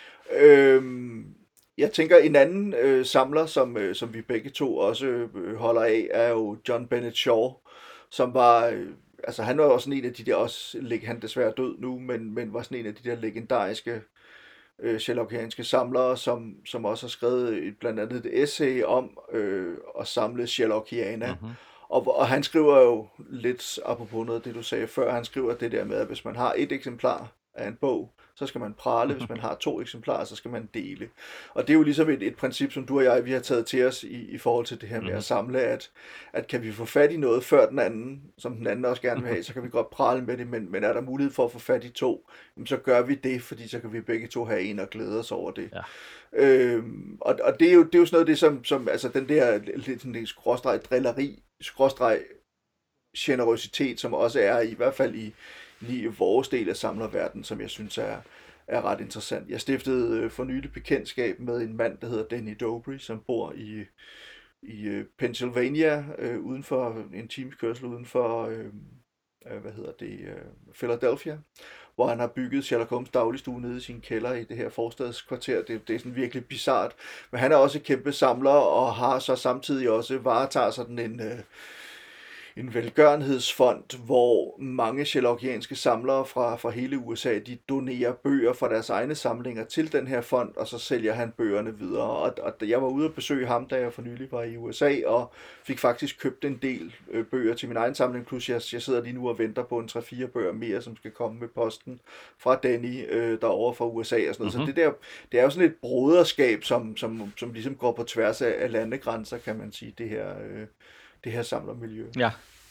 Øhm, jeg tænker, en anden øh, samler, som, øh, som vi begge to også øh, holder af, er jo John Bennett Shaw, som var... Øh, altså han var også en af de der, også, han er desværre død nu, men, men var sådan en af de der legendariske øh, sherlockianske samlere, som, som også har skrevet et, blandt andet et essay om øh, at samle Sherlockiana. Mm-hmm. Og, og han skriver jo lidt, apropos noget af det du sagde før, han skriver det der med, at hvis man har et eksemplar af en bog, så skal man prale. Hvis man har to eksemplarer, så skal man dele. Og det er jo ligesom et, et princip, som du og jeg, vi har taget til os i, i forhold til det her med at samle, at, at kan vi få fat i noget før den anden, som den anden også gerne vil have, så kan vi godt prale med det, men, men er der mulighed for at få fat i to, så gør vi det, fordi så kan vi begge to have en og glæde os over det. Ja. Øhm, og og det, er jo, det er jo sådan noget, det som, som altså den der lidt sådan skråstreg drilleri, skråstreg generøsitet, som også er i, i hvert fald i lige vores del af samlerverdenen, som jeg synes er, er ret interessant. Jeg stiftede øh, for nylig bekendtskab med en mand, der hedder Denny Dobry, som bor i, i øh, Pennsylvania, øh, uden for en times kørsel uden for øh, øh, hvad hedder det, øh, Philadelphia, hvor han har bygget Sherlock Holmes dagligstue nede i sin kælder i det her forstadskvarter. Det, det er sådan virkelig bizart. Men han er også et kæmpe samler, og har så samtidig også varetager sådan en... Øh, en velgørenhedsfond, hvor mange sherlockianske samlere fra, fra hele U S A, de donerer bøger fra deres egne samlinger til den her fond, og så sælger han bøgerne videre. Og, og jeg var ude at besøge ham, da jeg for nylig var i U S A, og fik faktisk købt en del øh, bøger til min egen samling, plus jeg, jeg sidder lige nu og venter på en tre fire bøger mere, som skal komme med posten fra Danny øh, derovre fra U S A og sådan noget. Mm-hmm. Så det der, det er jo sådan et broderskab, som, som, som ligesom går på tværs af, af landegrænser, kan man sige, det her... Øh, det her samlermiljø. Ja.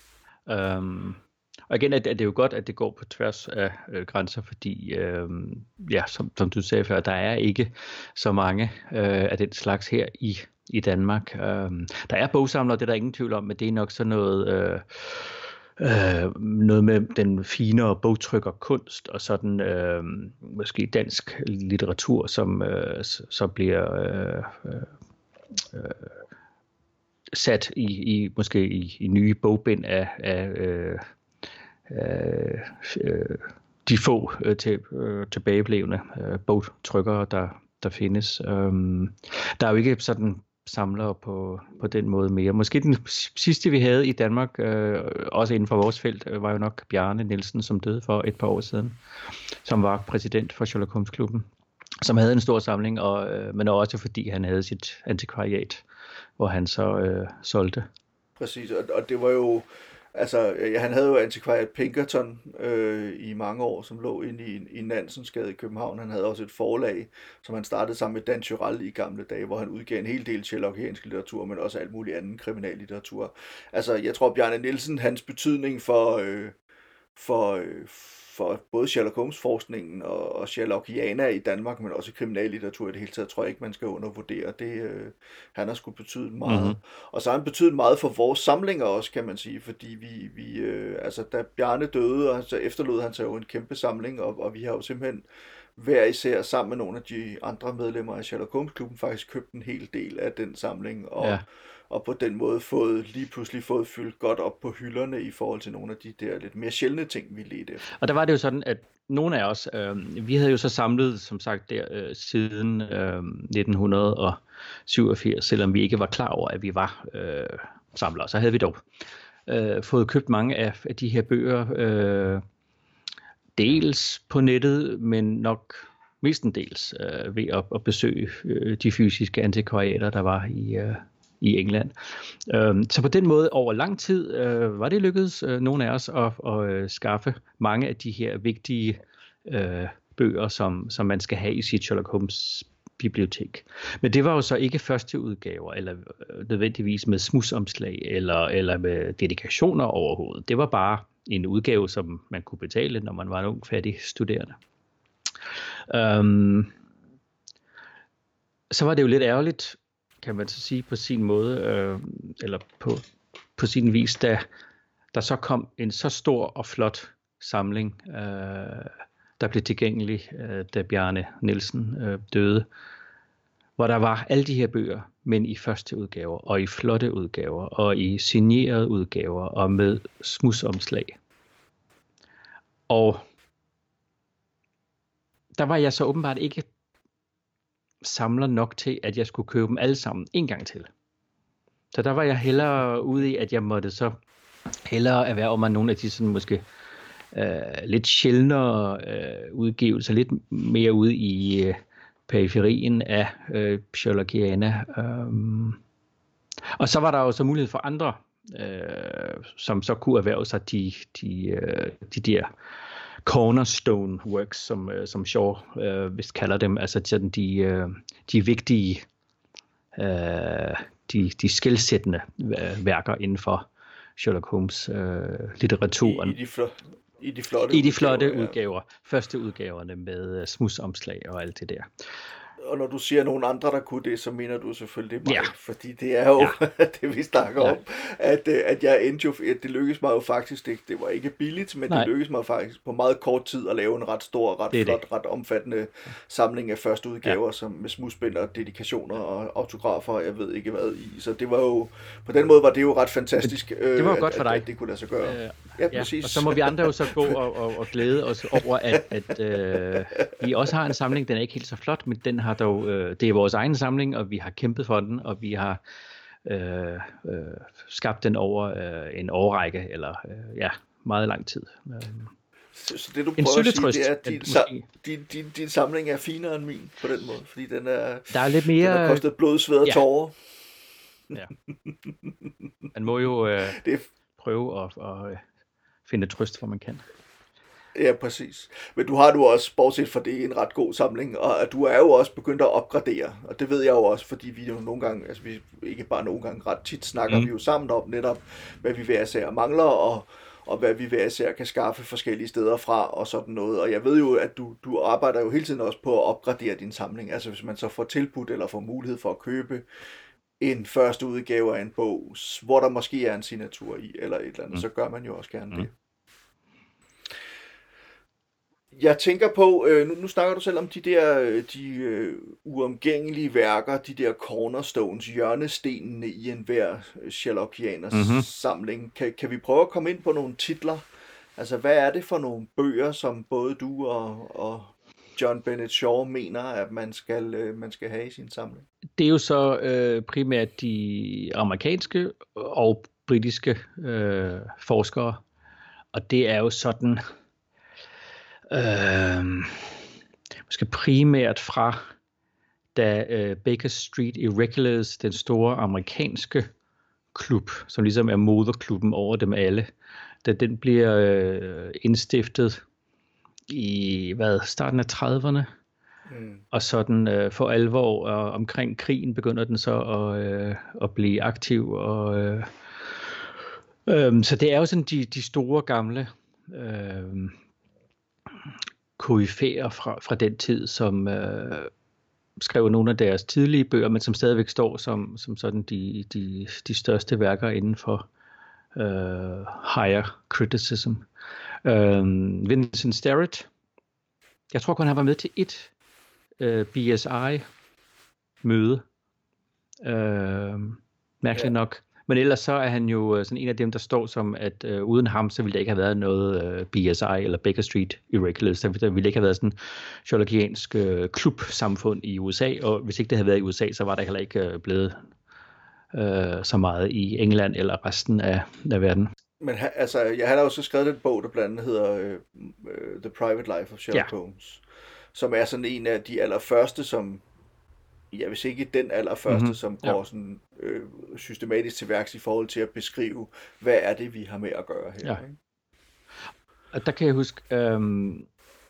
Um, og igen er det, er det jo godt, at det går på tværs af øh, grænser, fordi, øh, ja, som, som du sagde før, der er ikke så mange øh, af den slags her i, i Danmark. Um, der er bogsamlere, det er der ingen tvivl om, men det er nok sådan noget... Øh, Øh, noget med den finere bogtrykkerkunst og sådan øh, måske dansk litteratur, som øh, så bliver øh, øh, sat i, i måske i, i nye bogbind af, af øh, øh, de få øh, til, øh, tilbageblevne øh, bogtrykkere, der, der findes. Um, der er jo ikke sådan samlere på, på den måde mere. Måske den sidste, vi havde i Danmark, øh, også inden for vores felt, øh, var jo nok Bjarne Nielsen, som døde for et par år siden, som var præsident for Sherlock Holmes Klubben, som havde en stor samling, og, øh, men også fordi han havde sit antikvariat, hvor han så øh, solgte. Præcis, og, og det var jo, altså, ja, han havde jo antikvariat Pinkerton øh, i mange år, som lå inde i, i Nansensgade i København. Han havde også et forlag, som han startede sammen med Dan Tyrell i gamle dage, hvor han udgav en hel del sherlockiansk litteratur, men også alt muligt anden kriminallitteratur. Altså, jeg tror, Bjarne Nielsen, hans betydning for... Øh, for, øh, for både Sherlock Holmes-forskningen og, og Sherlockiana i Danmark, men også kriminallitteratur i det hele taget, tror jeg ikke, man skal undervurdere. Det, øh, han har sgu betydet meget. Mhm. Og så har han betydet meget for vores samlinger også, kan man sige, fordi vi, vi øh, altså da Bjarne døde, og så efterlod han sig jo en kæmpe samling, og, og vi har jo simpelthen hver især sammen med nogle af de andre medlemmer af Sherlock Holmes-klubben faktisk købt en hel del af den samling, og, Ja. og på den måde fået, lige pludselig fået fyldt godt op på hylderne i forhold til nogle af de der lidt mere sjældne ting, vi ledte efter. Og der var det jo sådan, at nogle af os, øh, vi havde jo så samlet, som sagt, der øh, siden øh, nitten syvogfirs, selvom vi ikke var klar over, at vi var øh, samlere, så havde vi dog øh, fået købt mange af, af de her bøger, øh, dels på nettet, men nok mestendels øh, ved at, at besøge øh, de fysiske antikvariater, der var i, øh, i England. Øh, så på den måde over lang tid øh, var det lykkedes øh, nogle af os at, at øh, skaffe mange af de her vigtige øh, bøger, som, som man skal have i sit Sherlock Holmes bibliotek. Men det var jo så ikke første udgaver, eller øh, nødvendigvis med smudsomslag, eller, eller med dedikationer overhovedet. Det var bare en udgave, som man kunne betale, når man var en ung, fattig studerende. Um, så var det jo lidt ærgerligt, kan man så sige på sin måde, øh, eller på, på sin vis, da der så kom en så stor og flot samling, øh, der blev tilgængelig, øh, da Bjarne Nielsen øh, døde, hvor der var alle de her bøger, men i første udgaver, og i flotte udgaver, og i signerede udgaver, og med smudsomslag. Og der var jeg så åbenbart ikke samler nok til, at jeg skulle købe dem alle sammen en gang til. Så der var jeg hellere ude i, at jeg måtte så hellere erhverve mig nogle af de sådan måske øh, lidt sjældnere øh, udgivelser, lidt mere ude i øh, periferien af øh, Sherlockiana. Um, og så var der jo så mulighed for andre, øh, som så kunne erhverve sig de, de, øh, de der cornerstone works, som, øh, som Shaw øh, vist kalder dem, altså sådan de, øh, de vigtige, øh, de, de skelsættende øh, værker inden for Sherlock Holmes øh, litteraturen. I, i, de flo- I de flotte I de flotte udgaver, ja. udgaver, første udgaverne med uh, smudsomslag og alt det der. Og når du siger nogen andre, der kunne det, så mener du selvfølgelig det mig, Ja. fordi det er jo Ja. det, vi snakker Ja. om, at, øh, at jeg endte jo, at det lykkedes mig jo faktisk, det, det var ikke billigt, men Nej. det lykkedes mig faktisk på meget kort tid at lave en ret stor, ret Det er flot, det. ret omfattende samling af første udgaver, ja. som med smudsbinder, dedikationer og autografer, og jeg ved ikke hvad i. Så det var jo, på den måde var det jo ret fantastisk, det var jo øh, godt at, for at, dig. at det kunne lade sig gøre. Øh, Ja, Ja, præcis. og så må vi andre jo så gå og, og, og glæde os over, at, at øh, vi også har en samling. Den er ikke helt så flot, men den har dog, øh, det er vores egen samling, og vi har kæmpet for den, og vi har øh, øh, skabt den over øh, en årrække, eller øh, ja, meget lang tid. Øh, Så, så det du en prøver at sige, sølletrøst, det er, at at din, måske- sa- din, din, din samling er finere end min på den måde, fordi den er, Der er lidt den har mere, kostet blod, sved og ja. tårer. man må jo øh, Det er prøve at, at øh, finde trøst, hvor man kan. Ja, præcis. Men du har du også, bortset fra det, en ret god samling, og at du er jo også begyndt at opgradere, og det ved jeg jo også, fordi vi jo nogle gange, altså vi ikke bare nogle gange, ret tit snakker Mm. vi jo sammen om netop, hvad vi hver især mangler, og, og hvad vi hver især kan skaffe forskellige steder fra, og sådan noget. Og jeg ved jo, at du, du arbejder jo hele tiden også på at opgradere din samling, altså hvis man så får tilbudt eller får mulighed for at købe en første udgave af en bog, hvor der måske er en signatur i, eller et eller andet, Mm. så gør man jo også gerne Mm. det. Jeg tænker på, øh, nu, nu snakker du selv om de der øh, de øh, uomgængelige værker, de der cornerstones, hjørnestenene i enhver øh, Sherlockianers Mhm. samling. Kan, kan vi prøve at komme ind på nogle titler? Altså, hvad er det for nogle bøger, som både du og, og John Bennett Shaw mener, at man skal, øh, man skal have i sin samling? Det er jo så øh, primært de amerikanske og britiske øh, forskere, og det er jo sådan, øh, måske primært fra da øh, Baker Street Irregulars, den store amerikanske klub, som ligesom er moderklubben over dem alle, da den bliver øh, indstiftet i hvad, starten af trediverne, Mm. og sådan øh, for alvor og omkring krigen begynder den så at, øh, at blive aktiv. Og, øh, øh, så det er jo sådan de, de store gamle øh, koryfæer fra, fra den tid, som øh, skrev nogle af deres tidlige bøger, men som stadigvæk står som, som sådan de, de, de største værker inden for øh, higher criticism. Øh, Vincent Sterrett, jeg tror kun han var med til et øh, B S I-møde, øh, mærkeligt ja. nok. Men ellers så er han jo sådan en af dem, der står som, at øh, uden ham, så ville der ikke have været noget øh, B S I eller Baker Street Irregulars. Der, der ville ikke have været sådan en sherlockiansk øh, klubsamfund i U S A, og hvis ikke det havde været i U S A, så var der heller ikke øh, blevet øh, så meget i England eller resten af, af verden. Men ha, altså, jeg har da også skrevet en bog, der blandt andet hedder uh, The Private Life of Sherlock ja. Holmes, som er sådan en af de allerførste, som, ja, hvis ikke den allerførste, mm-hmm. som går ja. sådan øh, systematisk til værks i forhold til at beskrive, hvad er det, vi har med at gøre her. Ja. Ikke? Og der kan jeg huske, øhm,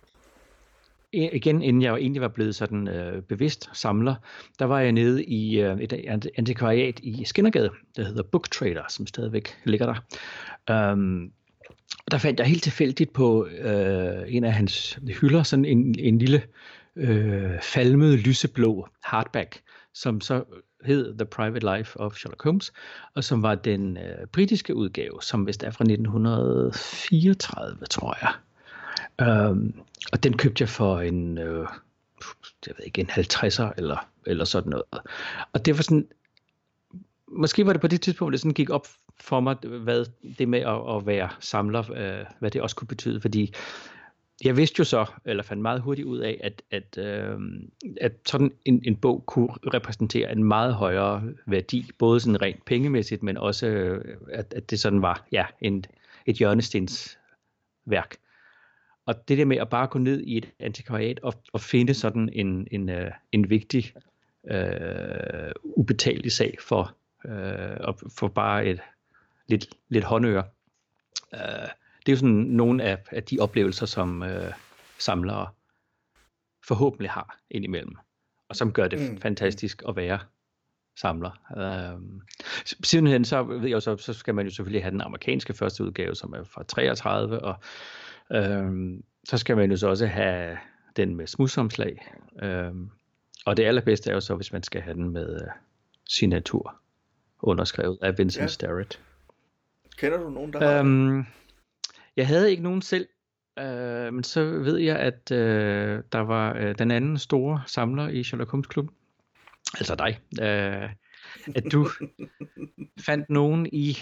igen, inden jeg egentlig var blevet sådan øh, bevidst samler, der var jeg nede i øh, et antikvariat i Skindergade, der hedder Book Trader, som stadigvæk ligger der. Øhm, der fandt jeg helt tilfældigt på øh, en af hans hylder, sådan en, en lille øh, falmet lyseblå hardback, som så hed The Private Life of Sherlock Holmes, og som var den øh, britiske udgave, som vist er fra nitten fireogtredive, tror jeg. Um, og den købte jeg for en, øh, jeg ved ikke, en halvtredser eller, eller sådan noget. Og det var sådan, måske var det på det tidspunkt, det sådan gik op for mig, hvad det med at, at være samler, øh, hvad det også kunne betyde, fordi jeg vidste jo så, eller fandt meget hurtigt ud af, at, at, øh, at sådan en, en bog kunne repræsentere en meget højere værdi, både sådan rent pengemæssigt, men også, øh, at, at det sådan var ja, en, et hjørnestensværk. Og det der med at bare gå ned i et antikvariat og, og finde sådan en, en, uh, en vigtig, uh, ubetalelig sag for, uh, for bare et lidt, lidt håndøre. Uh, det er jo sådan nogle af, af de oplevelser, som uh, samlere forhåbentlig har indimellem, og som gør det mm. fantastisk at være samler. Uh, sidenhen så ved jeg så, så skal man jo selvfølgelig have den amerikanske første udgave, som er fra treogtredive, og Øhm, så skal man jo så også have den med smudsomslag. Øhm, og det allerbedste er jo så, hvis man skal have den med uh, signatur underskrevet af Vincent ja. Sterrett. Kender du nogen, der øhm, har det? Jeg havde ikke nogen selv, øh, men så ved jeg, at øh, der var øh, den anden store samler i Sherlock Holmes Klub, altså dig, øh, at du fandt nogen i,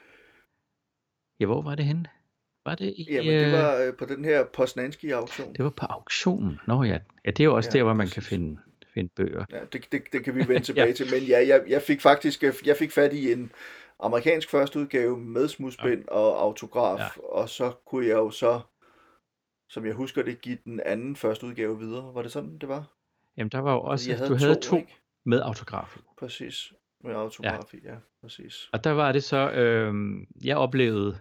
ja, hvor var det henne? Var det i, Jamen, det var øh, på den her Poznanski-auktion. Det var på auktionen. Nå ja, ja det er jo også ja, der, hvor man kan finde, finde bøger. Ja, det, det, det kan vi vende tilbage ja. til. Men ja, jeg, jeg fik faktisk jeg fik fat i en amerikansk førsteudgave med smudsbind ja. og autograf, ja. og så kunne jeg jo så, som jeg husker det, give den anden førsteudgave videre. Var det sådan, det var? Jamen, der var jo også, havde du havde to, to med autograf. Præcis, med autograf, ja. ja, præcis. Og der var det så, øh, jeg oplevede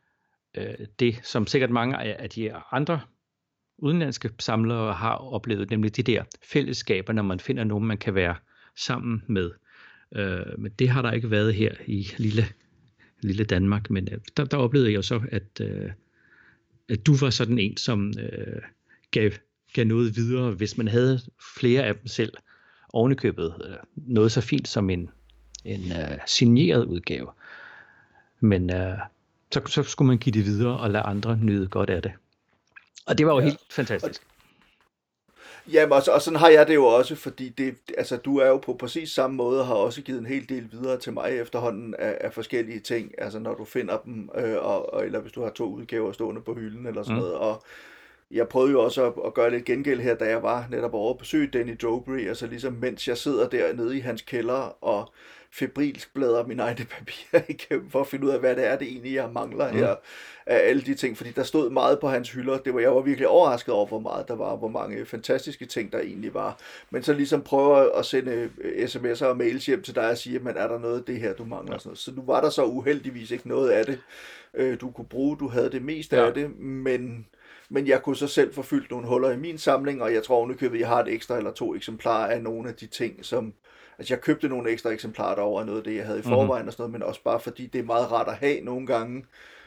det, som sikkert mange af de andre udenlandske samlere har oplevet, nemlig de der fællesskaber, når man finder nogen, man kan være sammen med. Øh, men det har der ikke været her i lille, lille Danmark. Men der, der oplevede jeg jo så, at, øh, at du var sådan en, som øh, gav, gav noget videre, hvis man havde flere af dem selv ovenikøbet. Øh, noget så fint som en, en øh, signeret udgave. Men øh, Så, så skulle man give det videre og lade andre nyde godt af det. Og det var jo ja. helt fantastisk. Jamen, og, og sådan har jeg det jo også, fordi det, altså, du er jo på præcis samme måde og har også givet en hel del videre til mig efterhånden af, af forskellige ting, altså når du finder dem, øh, og, og, eller hvis du har to udgaver stående på hylden eller sådan mm. noget, og jeg prøvede jo også at, at gøre lidt gengæld her, da jeg var netop over at besøge Danny Jobry, altså ligesom mens jeg sidder dernede i hans kælder og febrilsk bladrer mine egne papirer igennem for at finde ud af, hvad det er, det egentlig, jeg mangler her mm. af alle de ting, fordi der stod meget på hans hylder. Det var, jeg var virkelig overrasket over, hvor meget der var, hvor mange fantastiske ting, der egentlig var. Men så ligesom prøver at sende sms'er og mails hjem til dig og sige, men er der noget af det her, du mangler? Ja. Sådan noget. Så nu var der så uheldigvis ikke noget af det, du kunne bruge. Du havde det meste ja. af det, men... Men jeg kunne så selv få fyldt nogle huller i min samling, og jeg tror ovenikøbet, jeg har et ekstra eller to eksemplarer af nogle af de ting, som... Altså jeg købte nogle ekstra eksemplarer derover af noget af det, jeg havde i forvejen mm-hmm. og sådan noget, men også bare fordi det er meget rart at have nogle gange,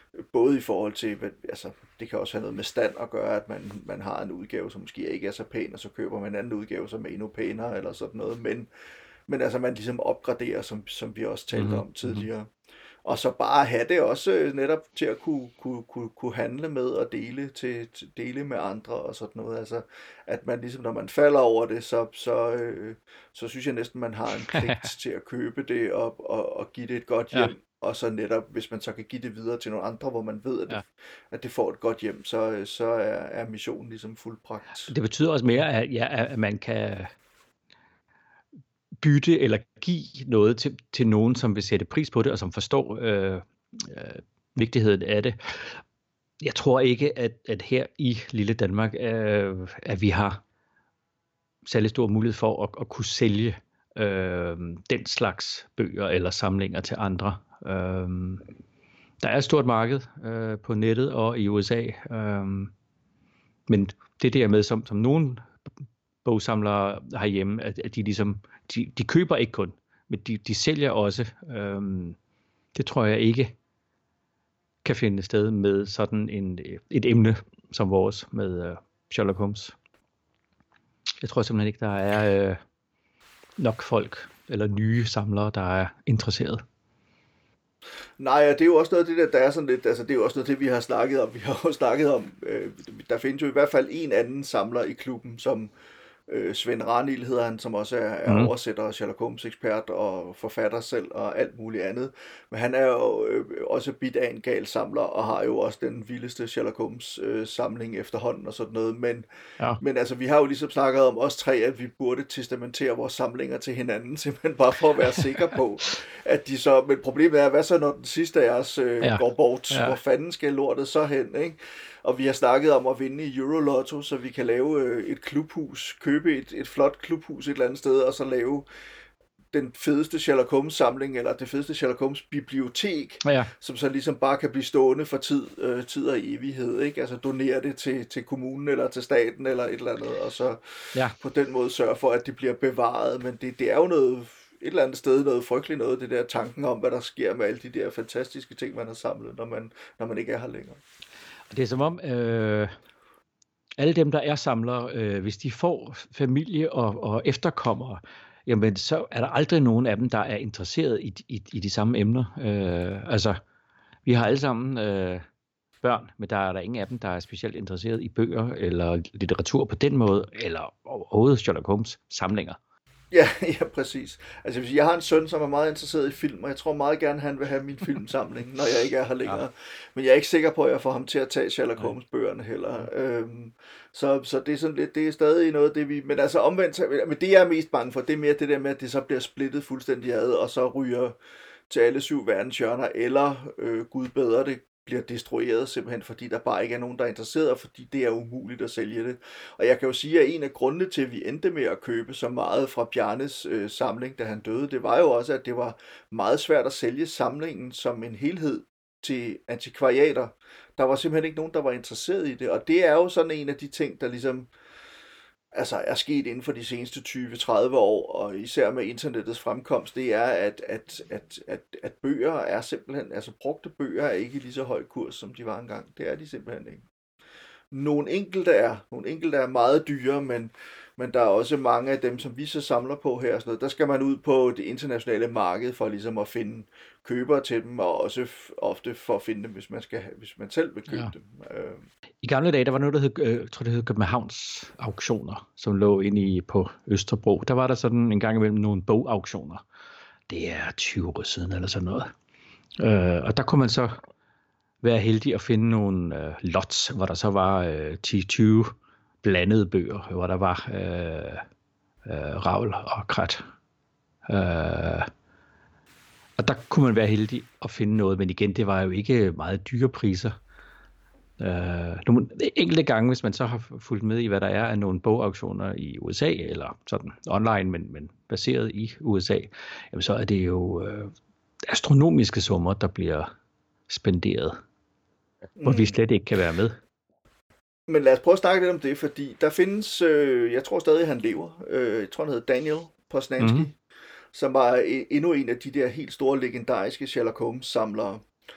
Både i forhold til, hvad, altså det kan også have noget med stand at gøre, at man, man har en udgave, som måske ikke er så pæn, og så køber man en anden udgave, som er endnu pænere, eller sådan noget, men, men altså man ligesom opgraderer, som, som vi også talte Mhm, om mhm. tidligere. Og så bare have det også øh, netop til at kunne, kunne, kunne, kunne handle med og dele, til, til dele med andre og sådan noget. Altså, at man ligesom, når man falder over det, så, så, øh, så synes jeg næsten, man har en pligt til at købe det og, og, og give det et godt Ja, hjem. Og så netop, hvis man så kan give det videre til nogle andre, hvor man ved, at det, ja. at det får et godt hjem, så, øh, så er, er missionen ligesom fuldbragt. Det betyder også mere, at, ja, at man kan bytte eller give noget til, til nogen, som vil sætte pris på det, og som forstår øh, øh, vigtigheden af det. Jeg tror ikke, at, at her i lille Danmark, øh, at vi har særlig stor mulighed for at, at kunne sælge øh, den slags bøger eller samlinger til andre. Øh, der er et stort marked øh, på nettet og i U S A, øh, men det der med, som, som nogle bogsamlere herhjemme, at, at de ligesom, de, de køber ikke kun, men de, de sælger også. Øh, det tror jeg ikke kan finde sted med sådan en, et emne som vores med uh, Sherlock Holmes. Jeg tror simpelthen ikke, der er øh, nok folk eller nye samlere, der er interesseret. Nej, og det er jo også noget af det der, der er sådan lidt, altså det er jo også noget af det, vi har snakket om. Vi har jo snakket om, øh, der findes jo i hvert fald en anden samler i klubben, som øh, Svend Ranil hedder han, som også er, er Mhm. oversætter, Sherlock Holmes ekspert og forfatter selv og alt muligt andet. Men han er jo øh, også bit af en gal samler og har jo også den vildeste Sherlock Holmes øh, samling efterhånden og sådan noget. Men, Ja. men altså, vi har jo ligesom snakket om os tre, at vi burde testamentere vores samlinger til hinanden, simpelthen bare for at være sikre på, at de så... Men problemet er, hvad så når den sidste af os øh, Ja. går bort? Ja. Hvor fanden skal lortet så hen, ikke? Og vi har snakket om at vinde i Eurolotto, så vi kan lave øh, et klubhus, købe et, et flot klubhus et eller andet sted, og så lave den fedeste Sherlock Holmes samling, eller det fedeste Sherlock Holmes bibliotek, Ja. som så ligesom bare kan blive stående for tid, øh, tid og evighed, ikke? Altså donere det til, til kommunen, eller til staten, eller et eller andet, og så Ja. på den måde sørge for, at det bliver bevaret. Men det, det er jo noget, et eller andet sted noget frygteligt noget, det der tanken om, hvad der sker med alle de der fantastiske ting, man har samlet, når man, når man ikke er her længere. Og det er som om, øh, alle dem, der er samlere, øh, hvis de får familie og, og efterkommere, jamen så er der aldrig nogen af dem, der er interesseret i, i, i de samme emner. Øh, altså, vi har alle sammen øh, børn, men der er der ingen af dem, der er specielt interesseret i bøger eller litteratur på den måde, eller overhovedet Sherlock Holmes samlinger. Ja, ja, præcis. Altså, jeg vil sige, jeg har en søn, som er meget interesseret i film, og jeg tror meget gerne, han vil have min filmsamling, når jeg ikke er her længere. Ja. Men jeg er ikke sikker på, at jeg får ham til at tage Sherlock Nej. Holmes-bøgerne heller. Øhm, så, så det er sådan lidt, det er stadig noget, det vi... Men altså omvendt, så- men det jeg er mest bange for, det er mere det der med, at det så bliver splittet fuldstændig ad, og så ryger til alle syv verdens hjørner, eller øh, Gud bedre det, bliver destrueret simpelthen, fordi der bare ikke er nogen, der er interesseret, og fordi det er umuligt at sælge det. Og jeg kan jo sige, at en af grundene til, at vi endte med at købe så meget fra Bjarnes øh, samling, da han døde, det var jo også, at det var meget svært at sælge samlingen som en helhed til antikvariater. Der var simpelthen ikke nogen, der var interesseret i det, og det er jo sådan en af de ting, der ligesom altså er sket inden for de seneste tyve til tredive år, og især med internettets fremkomst, det er, at, at, at, at, at bøger er simpelthen, altså brugte bøger er ikke i lige så høj kurs, som de var engang. Det er de simpelthen ikke. Nogle enkelte er, nogle enkelte er meget dyre, men, men der er også mange af dem, som vi så samler på her, og sådan noget. Der skal man ud på det internationale marked for ligesom at finde købere til dem, og også f- ofte for at finde dem, hvis man, skal, have- hvis man selv vil købe Ja. dem. Øh, I gamle dage, der var noget, der hed, øh, jeg tror det hed Københavns auktioner, som lå inde i på Østerbro. Der var der sådan en gang imellem nogle bogauktioner. Det er tyve år siden eller sådan noget. Øh, og der kunne man så være heldig at finde nogle øh, lots, hvor der så var øh, ti til tyve blandede bøger, hvor der var øh, øh, ravl og krat. Øh, og der kunne man være heldig at finde noget, men igen, det var jo ikke meget dyre priser. Øh, nogle enkelte gange, hvis man så har fulgt med i, hvad der er af nogle bogauktioner i U S A, eller sådan online, men, men baseret i U S A, jamen så er det jo øh, astronomiske summer, der bliver spenderet, hvor vi slet ikke kan være med. Men lad os prøve at snakke lidt om det, fordi der findes, øh, jeg tror stadig, han lever. Øh, jeg tror, han hedder Daniel Posnanski, Mhm. mm-hmm. som var e- endnu en af de der helt store legendariske Sherlock Holmes-samlere.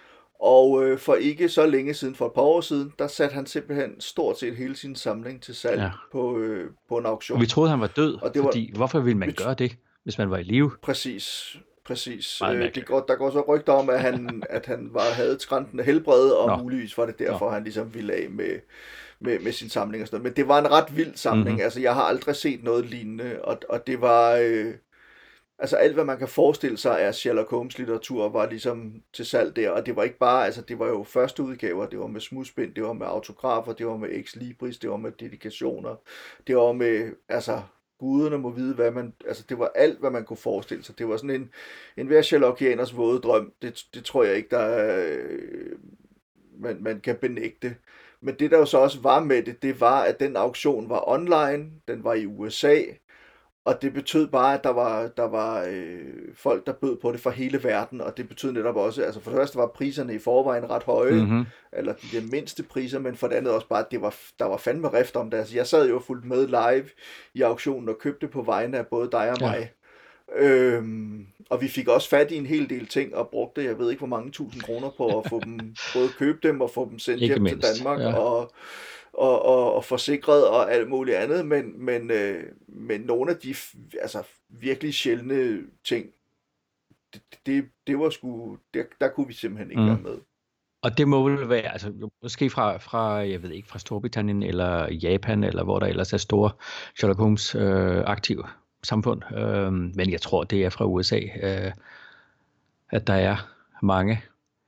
Og øh, for ikke så længe siden, for et par år siden, der satte han simpelthen stort set hele sin samling til salg Ja. på, øh, på en auktion. Og vi troede, han var død, Og det var- fordi hvorfor ville man vi- gøre det, hvis man var i live? Præcis, præcis. Meget Øh, det mærkeligt. går, der går så rygter om, at han, at han var, havde skræntende helbred, og Nå. muligvis var det derfor, han ligesom ville af med, med, med sin samling og sådan noget. Men det var en ret vild samling. Mhm. Mm-hmm. Altså, jeg har aldrig set noget lignende, og, og det var... Øh, altså alt, hvad man kan forestille sig af Sherlock Holmes litteratur, var ligesom til salg der, og det var ikke bare, altså det var jo første udgaver, det var med smudspind, det var med autografer, det var med ex libris, det var med dedikationer, det var med, altså guderne må vide, hvad man, altså det var alt, hvad man kunne forestille sig. Det var sådan en, en hver Sherlockianers våde drøm, det, det tror jeg ikke, der er, øh, man, man kan benægte. Men det der jo så også var med det, det var, at den auktion var online, den var i U S A, og det betød bare, at der var, der var øh, folk, der bød på det fra hele verden, og det betød netop også, altså for det første var priserne i forvejen ret høje, Mhm. mm-hmm. eller de der mindste priser, men for det andet også bare, at det var, der var fandme rift om det. Altså jeg sad jo fuldt med live i auktionen og købte på vegne af både dig og Ja. mig. Øhm, og vi fik også fat i en hel del ting og brugte, jeg ved ikke hvor mange tusind kroner på at få dem, både købe dem og få dem sendt Ikke hjem mindst, til Danmark, ja. og, og, og, og forsikret og alt muligt andet, men, men, øh, men nogle af de f- altså, virkelig sjældne ting, det, det, det var sgu, der, der kunne vi simpelthen ikke Mm. være med. Og det må vel være, altså jo, måske fra, fra, jeg ved ikke, fra Storbritannien eller Japan, eller hvor der ellers er store Sherlock Holmes øh, aktive samfund. Øh, men jeg tror, det er fra U S A, øh, at der er mange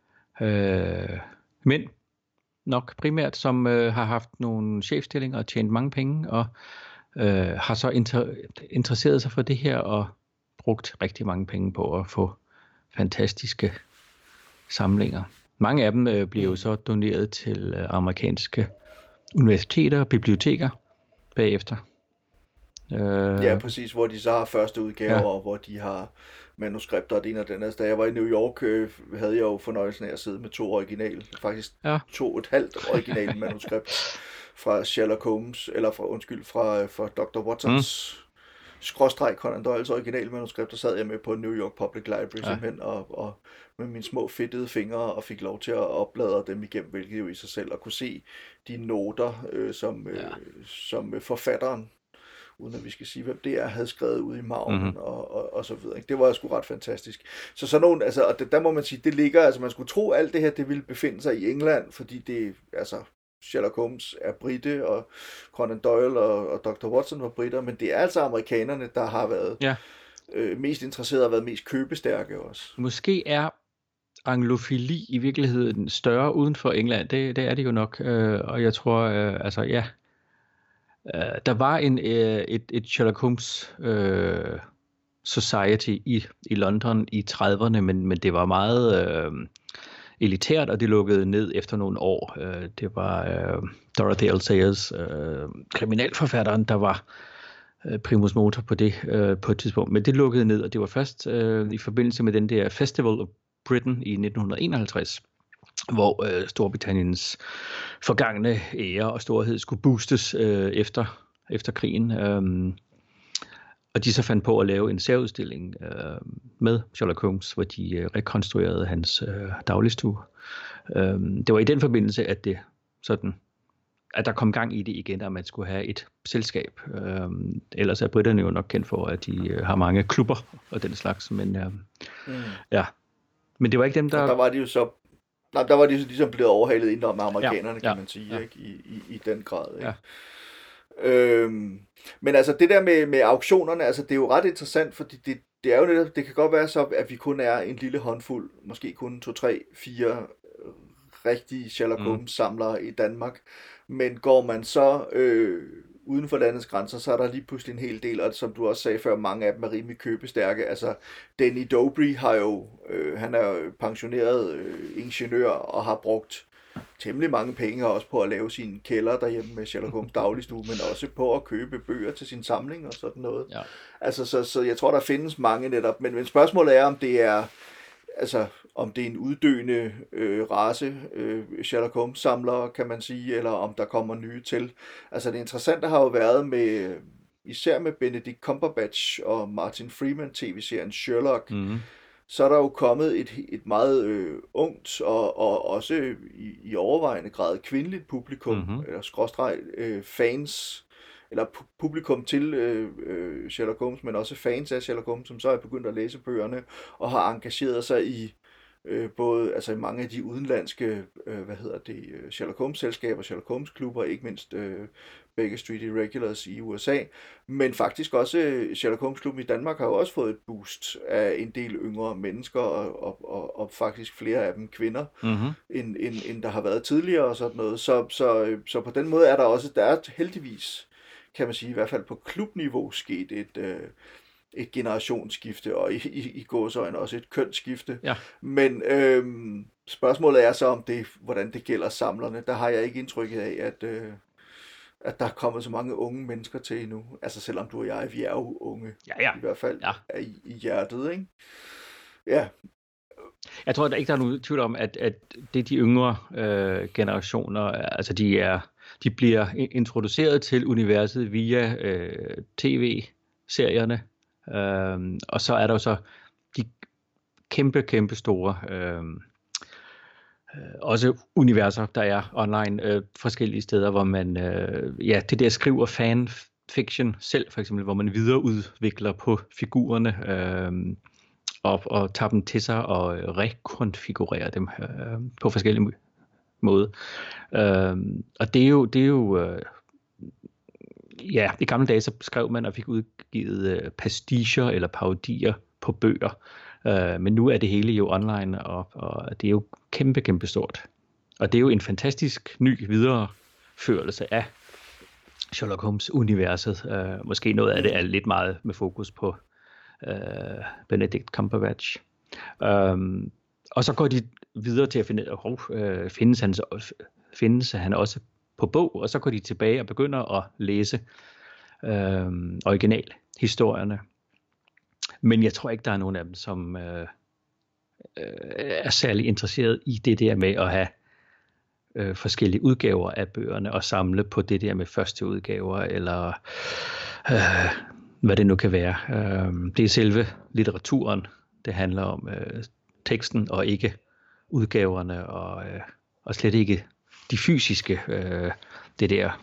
øh, mænd, nok primært, som øh, har haft nogle chefstillinger og tjent mange penge, og øh, har så inter- interesseret sig for det her, og brugt rigtig mange penge på at få fantastiske samlinger. Mange af dem øh, bliver jo så doneret til øh, amerikanske universiteter og biblioteker bagefter. Øh, Ja, præcis, hvor de så har første udgaver, Ja. og hvor de har manuskripter, og det ene og det andet. Da jeg var i New York, øh, havde jeg jo fornøjelsen af at sidde med to original, faktisk Ja. to og et halvt original manuskript fra Sherlock Holmes, eller fra, undskyld, fra, fra doktor Watsons mm. skråstreg Conan Doyles original manuskript, der sad jeg med på New York Public Library Ja. simpelthen, og, og med mine små fedtede fingre, og fik lov til at opbladre dem igennem, hvilket jo i sig selv, og kunne se de noter, øh, som, øh, Ja. som øh, forfatteren, uden at vi skal sige, hvem det er, havde skrevet ud i marven, Mhm. mm-hmm. og, og, og så videre. Ikke? Det var sgu ret fantastisk. Så sådan nogle, altså, og det, der må man sige, det ligger, altså man skulle tro, alt det her, det ville befinde sig i England, fordi det, altså, Sherlock Holmes er brite, og Conan Doyle og, og doktor Watson var briter, men det er altså amerikanerne, der har været Ja. øh, mest interesserede og været mest købestærke også. Måske er anglofili i virkeligheden større uden for England. Det, det er det jo nok. Øh, og jeg tror, øh, altså ja, øh, der var en, øh, et, et Sherlock Holmes øh, Society i, i London i trediverne, men, men det var meget øh, elitært, og det lukkede ned efter nogle år. Øh, det var øh, Dorothy L. Sayers, øh, kriminalforfatteren, der var øh, primus motor på det øh, på et tidspunkt. Men det lukkede ned, og det var først øh, i forbindelse med den der Festival of Britain i nitten enoghalvtreds, hvor øh, Storbritanniens forgangne ære og storhed skulle boostes øh, efter, efter krigen. Øh, og de så fandt på at lave en særudstilling øh, med Sherlock Holmes, hvor de øh, rekonstruerede hans øh, dagligstue. Øh, det var i den forbindelse, at det sådan, at der kom gang i det igen, at man skulle have et selskab. Øh, ellers er britterne jo nok kendt for, at de øh, har mange klubber og den slags, men øh, Mm. ja. Men det var ikke dem, der... Og der var de jo så, nej, der var de jo ligesom blevet overhalet indenom af amerikanerne, Ja, ja, kan man sige, ja. ikke? I, i, i den grad. Ikke? Ja. Øhm, men altså det der med, med auktionerne, altså det er jo ret interessant, fordi det, det er jo netop, det kan godt være så, at vi kun er en lille håndfuld, måske kun to, tre, fire øh, rigtige Sherlock Mm. Holmes samlere i Danmark, men går man så øh, uden for landets grænser, så er der lige pludselig en hel del, og som du også sagde før, mange af dem er rimelig købestærke. Altså Denny Dobry har jo, øh, han er jo pensioneret øh, ingeniør og har brugt temmelig mange penge også på at lave sin kælder derhjemme med Sherlock Holmes dagligstue, men også på at købe bøger til sin samling og sådan noget. Ja. Altså, så, så jeg tror, der findes mange netop, men, men spørgsmålet er, om det er, altså, om det er en uddøende øh, race, øh, Sherlock Holmes samlere, kan man sige, eller om der kommer nye til. Altså, det interessante har jo været med, især med Benedict Cumberbatch og Martin Freeman tv-serien Sherlock, Mm. så er der jo kommet et, et meget øh, ungt og, og også i, i overvejende grad kvindeligt publikum, Mhm. eller skråstreg øh, fans, eller pu- publikum til øh, øh, Sherlock Holmes, men også fans af Sherlock Holmes, som så er begyndt at læse bøgerne og har engageret sig i øh, både altså i mange af de udenlandske øh, hvad hedder det øh, Sherlock Holmes selskaber, Sherlock Holmes klubber, ikke mindst øh, Baker Street Irregulars i U S A, men faktisk også øh, Sherlock Holmes klubben i Danmark har jo også fået et boost af en del yngre mennesker og, og, og, og faktisk flere af dem kvinder, Mhm. end, end, end der har været tidligere og sådan noget. Så, så, øh, så på den måde er der også, der er heldigvis, kan man sige, i hvert fald på klubniveau sket et, øh, et generationsskifte, og i, i, i gåseøjne også et kønsskifte. Ja. Men øhm, spørgsmålet er så, om det, hvordan det gælder samlerne. Der har jeg ikke indtrykket af, at, øh, at der er kommet så mange unge mennesker til endnu. Altså selvom du og jeg, vi er jo unge, Ja, ja. i hvert fald Ja. er i, i hjertet, ikke? Ja, Jeg tror at der ikke, der er nogen tvivl om, at, at det er de yngre øh, generationer, altså de er, de bliver i- introduceret til universet via øh, tv-serierne, øh, og så er der jo så de kæmpe, kæmpe store øh, øh, også universer, der er online øh, forskellige steder, hvor man, øh, ja, det der skriver fanfiction selv, for eksempel, hvor man videreudvikler på figurerne, øh, og, og tager dem til sig og øh, rekonfigurerer dem øh, på forskellige må- måder. Øh, og det er jo, det er jo øh, ja, i gamle dage så skrev man og fik udgivet øh, pasticher eller parodier på bøger, øh, men nu er det hele jo online, og, og det er jo kæmpe, kæmpe stort. Og det er jo en fantastisk ny videreførelse af Sherlock Holmes-universet. Øh, måske noget af det er lidt meget med fokus på øh, Benedict Cumberbatch. Um, og så går de videre til at finde, oh, øh, findes, han, så- findes han også på bog, og så går de tilbage og begynder at læse øh, originalhistorierne. Men jeg tror ikke, der er nogen af dem, som øh, øh, er særlig interesseret i det der med at have øh, forskellige udgaver af bøgerne og samle på det der med første udgaver, eller øh, hvad det nu kan være. Øh, det er selve litteraturen, det handler om, øh, teksten, og ikke udgaverne, og, øh, og slet ikke de fysiske, øh, det der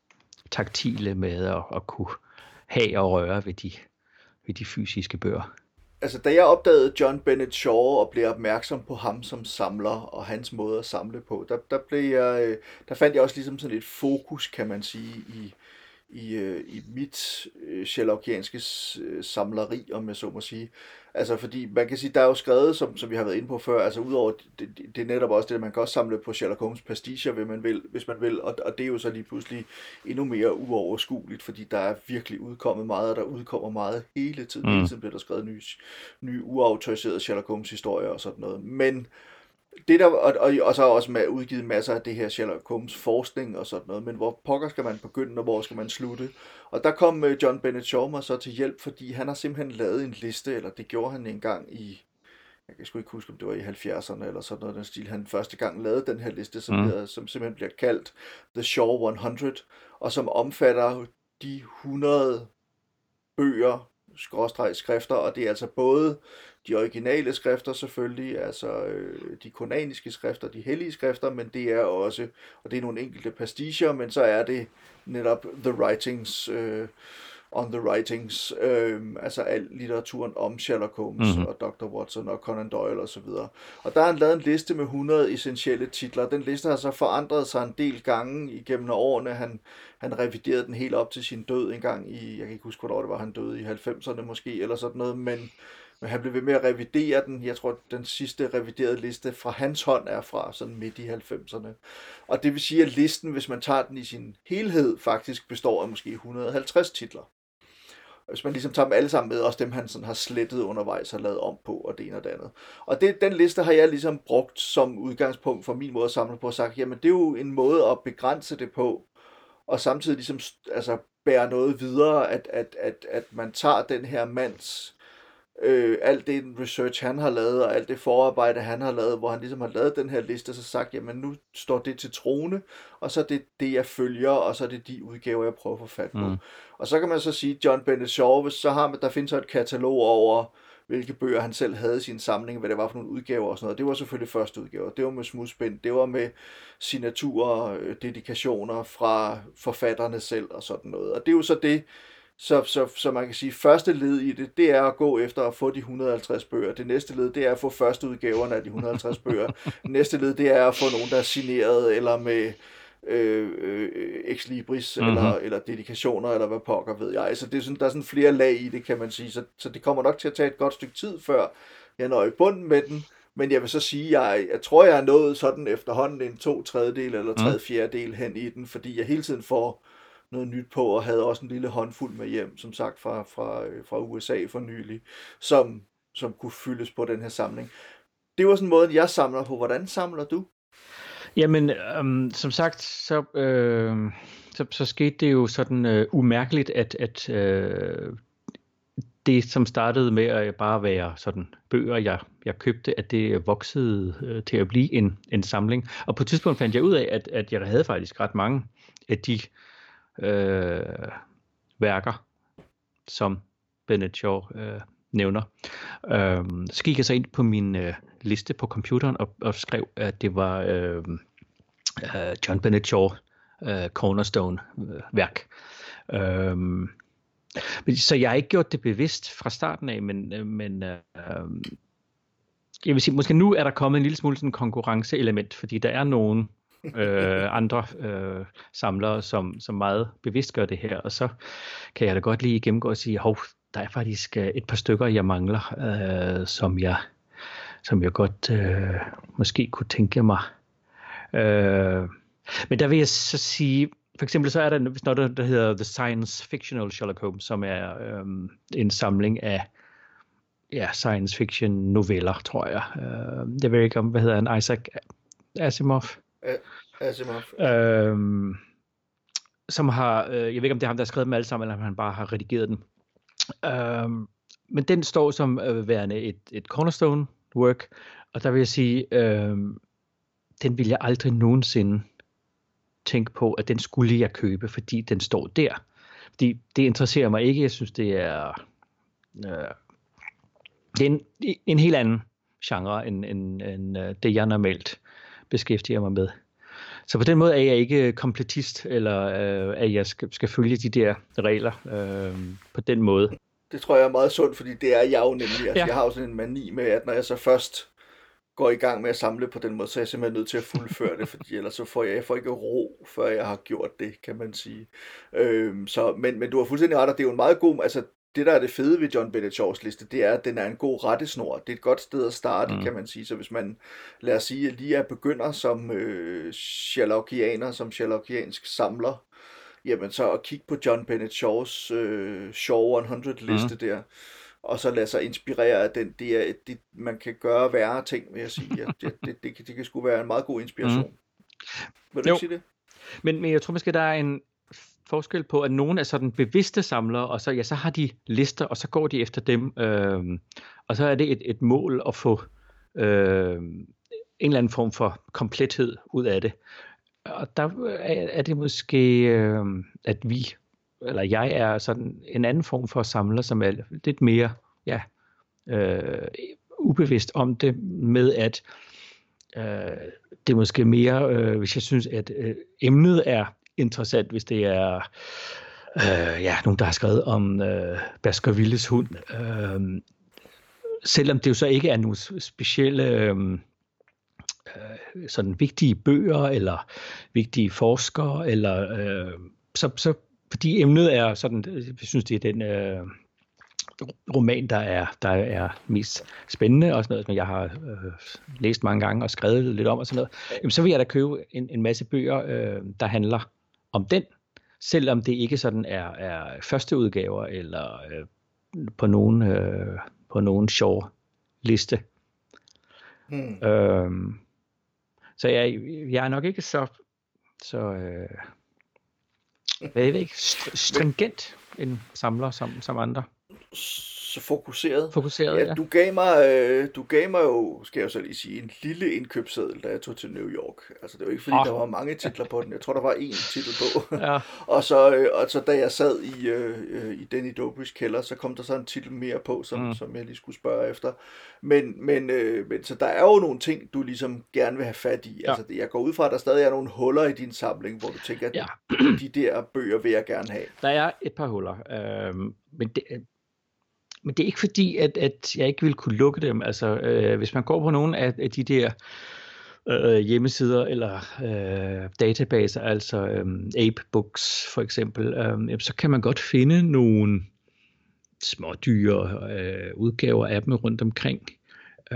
taktile med at, at kunne have og røre ved de, ved de fysiske bøger. altså da jeg opdagede John Bennett Shaw og blev opmærksom på ham som samler og hans måde at samle på, der, der, blev jeg, øh, der fandt jeg også ligesom sådan et fokus, kan man sige, i, i, øh, i mit øh, sherlockianske s- øh, samleri, om jeg så må sige. Altså fordi man kan sige, der er jo skrevet, som, som vi har været inde på før, altså udover, det, det, det er netop også det, at man kan også samle på Sherlock Holmes pasticher, hvis man vil, hvis man vil og, og det er jo så lige pludselig endnu mere uoverskueligt, fordi der er virkelig udkommet meget, og der udkommer meget hele tiden. Mm. Hele tiden bliver der skrevet nye, nye uautoriserede Sherlock Holmes historier og sådan noget. Men det der, og, og, og så også med udgivet masser af det her Sherlock Holmes forskning og sådan noget, men hvor pokker skal man begynde, og hvor skal man slutte? Og der kom øh, John Bennett Shaw mig så til hjælp, fordi han har simpelthen lavet en liste, eller det gjorde han engang i, jeg kan sgu ikke huske, om det var i halvfjerdserne eller sådan noget, den stil, han første gang lavede den her liste, som, Mm. hedder, som simpelthen bliver kaldt The Shaw hundrede, og som omfatter de hundrede bøger, skråstreg skrifter, og det er altså både de originale skrifter selvfølgelig, altså øh, de konaniske skrifter, de hellige skrifter, men det er også, og det er nogle enkelte pasticher, men så er det netop the writings, øh, on the writings, øh, altså al litteraturen om Sherlock Holmes Mhm. og doktor Watson og Conan Doyle og så videre. Og der har han lavet en liste med hundrede essentielle titler. Den liste har så forandret sig en del gange igennem årene. Han, han reviderede den helt op til sin død en gang i, jeg kan ikke huske, hvornår det var, han døde i halvfemserne måske, eller sådan noget, men, men han blev ved med at revidere den. Jeg tror, den sidste reviderede liste fra hans hånd er fra sådan midt i halvfemserne. Og det vil sige, at listen, hvis man tager den i sin helhed, faktisk består af måske et hundrede og halvtreds titler. Hvis man ligesom tager dem alle sammen med, også dem han sådan har slettet undervejs og lavet om på, og det ene og det andet. Og det, den liste har jeg ligesom brugt som udgangspunkt for min måde at samle på, og sagt, jamen det er jo en måde at begrænse det på, og samtidig ligesom altså, bære noget videre, at, at, at, at man tager den her mands, øh, alt det research han har lavet, og alt det forarbejde han har lavet, hvor han ligesom har lavet den her liste, så sagt, jamen nu står det til trone, og så er det det, jeg følger, og så er det de udgaver, jeg prøver at få fat på. Mm. Og så kan man så sige, John Bennett Shaw, hvis så har man, der findes så et katalog over hvilke bøger han selv havde i sin samling, hvad det var for nogle udgaver og sådan noget. Det var selvfølgelig første udgaver. Det var med smudspind, det var med signaturer, dedikationer fra forfatterne selv og sådan noget. Og det er jo så det, så, så, så man kan sige, første led i det, det er at gå efter at få de et hundrede og halvtreds bøger. Det næste led, det er at få første udgaverne af de et hundrede og halvtreds bøger. Det næste led, det er at få nogen, der er signeret eller med øh, øh, ex libris, mm-hmm. eller, eller dedikationer, eller hvad pokker ved jeg. Så det er sådan, der er sådan flere lag i det, kan man sige. Så, så det kommer nok til at tage et godt stykke tid, før jeg når i bunden med den. Men jeg vil så sige, at jeg, jeg tror, jeg er nået sådan efterhånden en to tredjedel eller tredje fjerdedel hen i den, fordi jeg hele tiden får noget nyt på, og havde også en lille håndfuld med hjem, som sagt, fra, fra, fra U S A for nylig, som, som kunne fyldes på den her samling. Det var sådan en måde, jeg samler på. Hvordan samler du? Jamen, øhm, som sagt, så, øh, så, så skete det jo sådan øh, umærkeligt, at, at øh, det, som startede med at bare være sådan bøger, jeg, jeg købte, at det voksede øh, til at blive en, en samling. Og på et tidspunkt fandt jeg ud af, at, at jeg havde faktisk ret mange af de øh, værker, som Bennett Shaw øh, nævner. Øh, så gik jeg så ind på min øh, liste på computeren og, og skrev, at det var øh, øh, John Bennett Shaw øh, Cornerstone-værk. Øh, så jeg har ikke gjort det bevidst fra starten af, men, men øh, jeg vil sige, måske nu er der kommet en lille smule sådan konkurrenceelement, fordi der er nogen øh, andre øh, samlere, som, som meget bevidst gør det her, og så kan jeg da godt lige gennemgå og sige, hov, der er faktisk et par stykker, jeg mangler, øh, som jeg som jeg godt øh, måske kunne tænke mig. Øh, men der vil jeg så sige, for eksempel så er der noget, der hedder The Science Fictional Sherlock Holmes, som er øh, en samling af ja, science fiction noveller, tror jeg. Øh, jeg ved ikke om, hvad hedder han, Isaac Asimov? Asimov. Øh, som har, øh, jeg ved ikke om det er ham, der har skrevet dem alle sammen, eller om han bare har redigeret dem. Øh, men den står som øh, værende et, et cornerstone work, og der vil jeg sige, øh, den vil jeg aldrig nogensinde tænke på, at den skulle jeg købe, fordi den står der. Fordi det interesserer mig ikke. Jeg synes, det er, øh, det er en, en helt anden genre, end, end, end det, jeg normalt beskæftiger mig med. Så på den måde er jeg ikke kompletist, eller øh, at jeg skal, skal følge de der regler øh, på den måde. Det tror jeg er meget sundt, fordi det er jeg jo nemlig. Altså, ja. Jeg har jo sådan en mani med, at når jeg så først går i gang med at samle på den måde, så er jeg simpelthen nødt til at fuldføre det, fordi ellers så får jeg, jeg får ikke ro, før jeg har gjort det, kan man sige. Øhm, så, men, men du har fuldstændig ret, og det er jo en meget god, altså det der er det fede ved John Bennett Shaws liste, det er, at den er en god rettesnor. Det er et godt sted at starte, mm. kan man sige. Så hvis man, lad os sige, lige er begynder som øh, Sherlockianer, som Sherlockiansk samler, jamen så at kigge på John Bennett Shaws øh, Shaw hundrede-liste mm. der, og så lade sig inspirere af den. Det er, det, man kan gøre værre ting, vil jeg sige. Ja, det, det, det, det kan sgu være en meget god inspiration. Mm. Vil du jo. ikke sige det? Men, men jeg tror måske, der er en forskel på, at nogen er sådan bevidste samlere, og så, ja, så har de lister, og så går de efter dem. Øh, og så er det et, et mål at få øh, en eller anden form for komplethed ud af det. Og der er, er det måske, øh, at vi, eller jeg er sådan en anden form for samler, som er lidt mere ja, øh, ubevidst om det, med at øh, det er måske mere, øh, hvis jeg synes, at øh, emnet er interessant, hvis det er øh, ja, nogen, der har skrevet om øh, Baskervilles hund. Øh, selvom det jo så ikke er nogle specielle øh, øh, sådan vigtige bøger, eller vigtige forskere, eller øh, så, så fordi emnet er sådan, jeg synes, det er den øh, roman, der er, der er mest spændende, og sådan noget, som jeg har øh, læst mange gange og skrevet lidt om, og sådan noget, jamen, så vil jeg da købe en, en masse bøger, øh, der handler om den, selvom det ikke sådan er, er første udgaver, eller øh, på nogen, øh, på nogen sjov liste. Hmm. Øh, så jeg, jeg er nok ikke så, så øh, jeg ved ikke, stringent en samler som, som andre. Så fokuseret. Fokuseret, ja. ja. Du gav mig, øh, du gav mig jo, skal jeg jo så lige sige, en lille indkøbsseddel, da jeg tog til New York. Altså det var ikke fordi, Oh. der var mange titler på den. Jeg tror, der var én titel på. Ja. og, så, øh, og så da jeg sad i, øh, i Denny Dobrys kælder, så kom der så en titel mere på, som, mm. som jeg lige skulle spørge efter. Men, men, øh, men så der er jo nogle ting, du ligesom gerne vil have fat i. Ja. Altså jeg går ud fra, at der stadig er nogle huller i din samling, hvor du tænker, at ja. de der bøger vil jeg gerne have. Der er et par huller, øh, men det Men det er ikke fordi, at, at jeg ikke vil kunne lukke dem. Altså, øh, hvis man går på nogle af, af de der øh, hjemmesider eller øh, databaser, altså øh, Ape Books for eksempel, øh, så kan man godt finde nogle smådyre øh, udgaver af dem rundt omkring. Øh,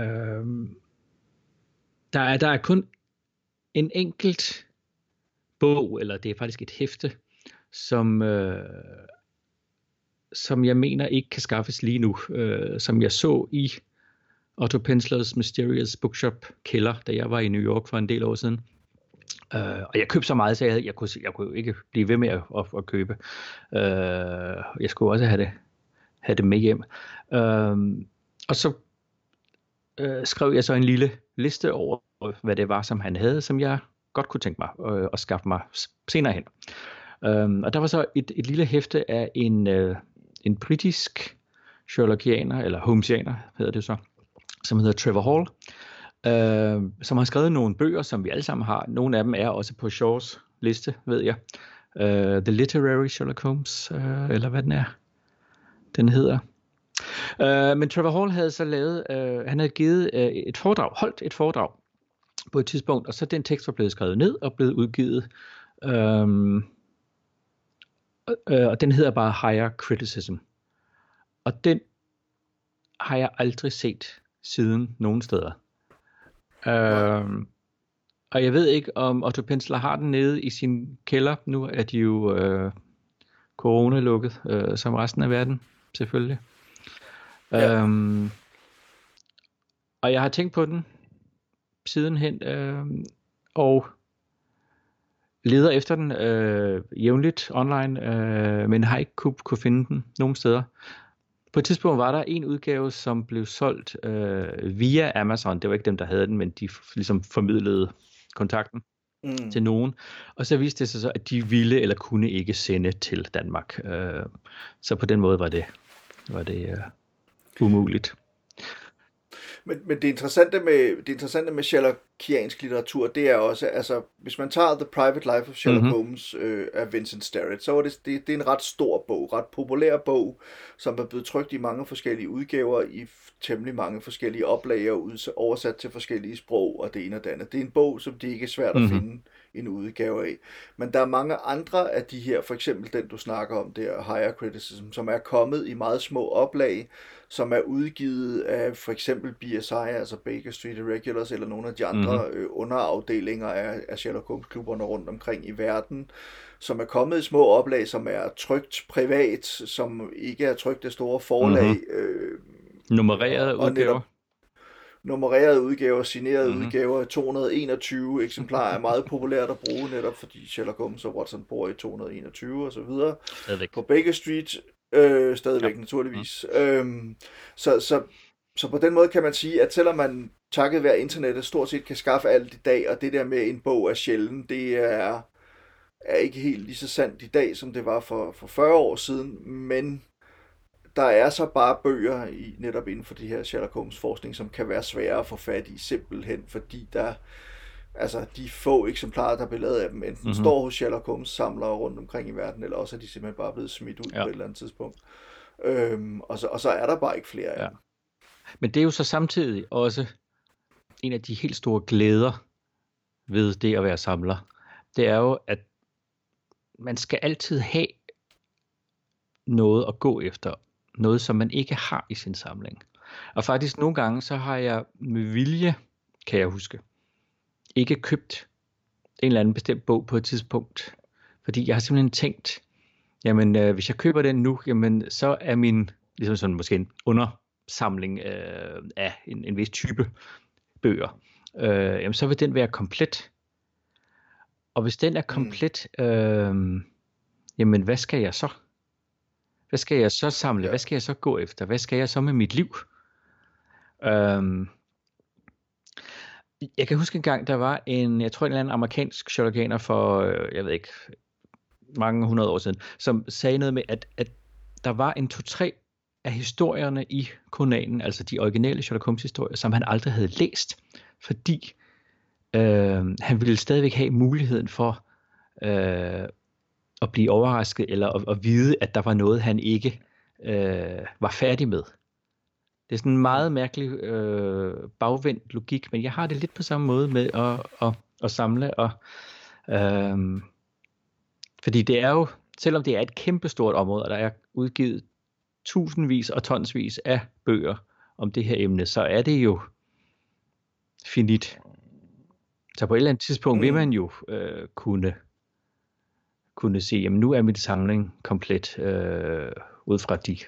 der, er, der er kun en enkelt bog, eller det er faktisk et hæfte, som... Øh, som jeg mener ikke kan skaffes lige nu, øh, som jeg så i Otto Penslers Mysterious Bookshop kælder, da jeg var i New York for en del år siden. Øh, og jeg købte så meget, så jeg, jeg, kunne, jeg kunne ikke blive ved med at, at, at købe. Øh, jeg skulle også have det, have det med hjem. Øh, og så øh, skrev jeg så en lille liste over, hvad det var, som han havde, som jeg godt kunne tænke mig øh, at skaffe mig senere hen. Øh, og der var så et, et lille hæfte af en... Øh, en britisk Sherlockianer, eller Holmesianer hedder det så, som hedder Trevor Hall, øh, som har skrevet nogle bøger, som vi alle sammen har. Nogle af dem er også på Shaws liste, ved jeg. Uh, The Literary Sherlock Holmes, uh, eller hvad den er, den hedder. Uh, men Trevor Hall havde så lavet, uh, han havde givet uh, et foredrag, holdt et foredrag på et tidspunkt, og så den tekst var blevet skrevet ned og blevet udgivet. Um, og den hedder bare Higher Criticism. Og den har jeg aldrig set siden nogen steder. Øhm, og jeg ved ikke, om Otto Pensler har den nede i sin kælder. Nu er de jo øh, corona-lukket, øh, som resten af verden, selvfølgelig. Ja. Øhm, og jeg har tænkt på den sidenhen, øh, og leder efter den øh, jævnligt online, øh, men har ikke kunne, kunne finde den nogen steder. På et tidspunkt var der en udgave, som blev solgt øh, via Amazon. Det var ikke dem, der havde den, men de ligesom formidlede kontakten mm. til nogen. Og så viste det sig så, at de ville eller kunne ikke sende til Danmark. Øh, så på den måde var det, var det øh, umuligt. Men, men det interessante med det interessante med Sherlockiansk litteratur, det er også, altså hvis man tager The Private Life of Sherlock mm-hmm. Holmes øh, af Vincent Starrett, så er det, det, det er en ret stor bog, ret populær bog, som er blevet trykt i mange forskellige udgaver, i temmelig mange forskellige oplag og oversat til forskellige sprog og det ene og det andet. Det er en bog, som det ikke er svært at mm-hmm. finde en udgave af. Men der er mange andre af de her, for eksempel den du snakker om, der Higher Criticism, som er kommet i meget små oplag, som er udgivet af for eksempel B S I, altså Baker Street Irregulars, eller nogle af de andre mm-hmm. øh, underafdelinger af, af Sherlock Holmes-klubberne rundt omkring i verden, som er kommet i små oplag, som er trykt privat, som ikke er trykt af store forlag. Mm-hmm. Øh, Nummererede udgaver. Nummererede udgaver, signerede mm-hmm. udgaver, to hundrede og enogtyve eksemplarer er meget populært at bruge, netop fordi Sherlock Holmes og Watson bor i to hundrede og enogtyve og så videre. Stadigvæk. På Baker Street, øh, stadigvæk ja. naturligvis. Mm. Øhm, så, så, så på den måde kan man sige, at selvom man takket være internettet stort set kan skaffe alt i dag, og det der med en bog er sjældent, det er, er ikke helt lige så sandt i dag, som det var for, for fyrre år siden, men der er så bare bøger i, netop inden for de her Sherlock Holmes forskning, som kan være svære at få fat i, simpelthen fordi der, altså de få eksemplarer, der bliver lavet af dem, enten mm-hmm. står hos Sherlock Holmes samlere rundt omkring i verden, eller også er de simpelthen bare blevet smidt ud ja. på et eller andet tidspunkt. Øhm, og, så, og så er der bare ikke flere af ja. dem. Men det er jo så samtidig også en af de helt store glæder ved det at være samler. Det er jo, at man skal altid have noget at gå efter. Noget, som man ikke har i sin samling. Og faktisk nogle gange, så har jeg med vilje, kan jeg huske, ikke købt en eller anden bestemt bog på et tidspunkt. Fordi jeg har simpelthen tænkt, jamen øh, hvis jeg køber den nu, jamen så er min, ligesom sådan måske en undersamling øh, af en, en vis type bøger, øh, jamen så vil den være komplet. Og hvis den er komplet, øh, jamen hvad skal jeg så? hvad skal jeg så samle? Ja. Hvad skal jeg så gå efter? Hvad skal jeg så med mit liv? Øhm, jeg kan huske en gang, der var en, jeg tror en eller anden amerikansk Sherlockaner for, øh, jeg ved ikke, mange hundrede år siden, som sagde noget med, at, at der var en to-tre af historierne i Conanen, altså de originale Sherlock Holmes historier, som han aldrig havde læst, fordi øh, han ville stadigvæk have muligheden for øh, at blive overrasket, eller at, at vide, at der var noget, han ikke øh, var færdig med. Det er sådan en meget mærkelig øh, bagvendt logik, men jeg har det lidt på samme måde med at, at, at samle, og, øh, fordi det er jo, selvom det er et kæmpestort område, og der er udgivet tusindvis og tonsvis af bøger om det her emne, så er det jo finit. Så på et eller andet tidspunkt vil man jo øh, kunne kunne se, jamen nu er min samling komplet øh, ud fra de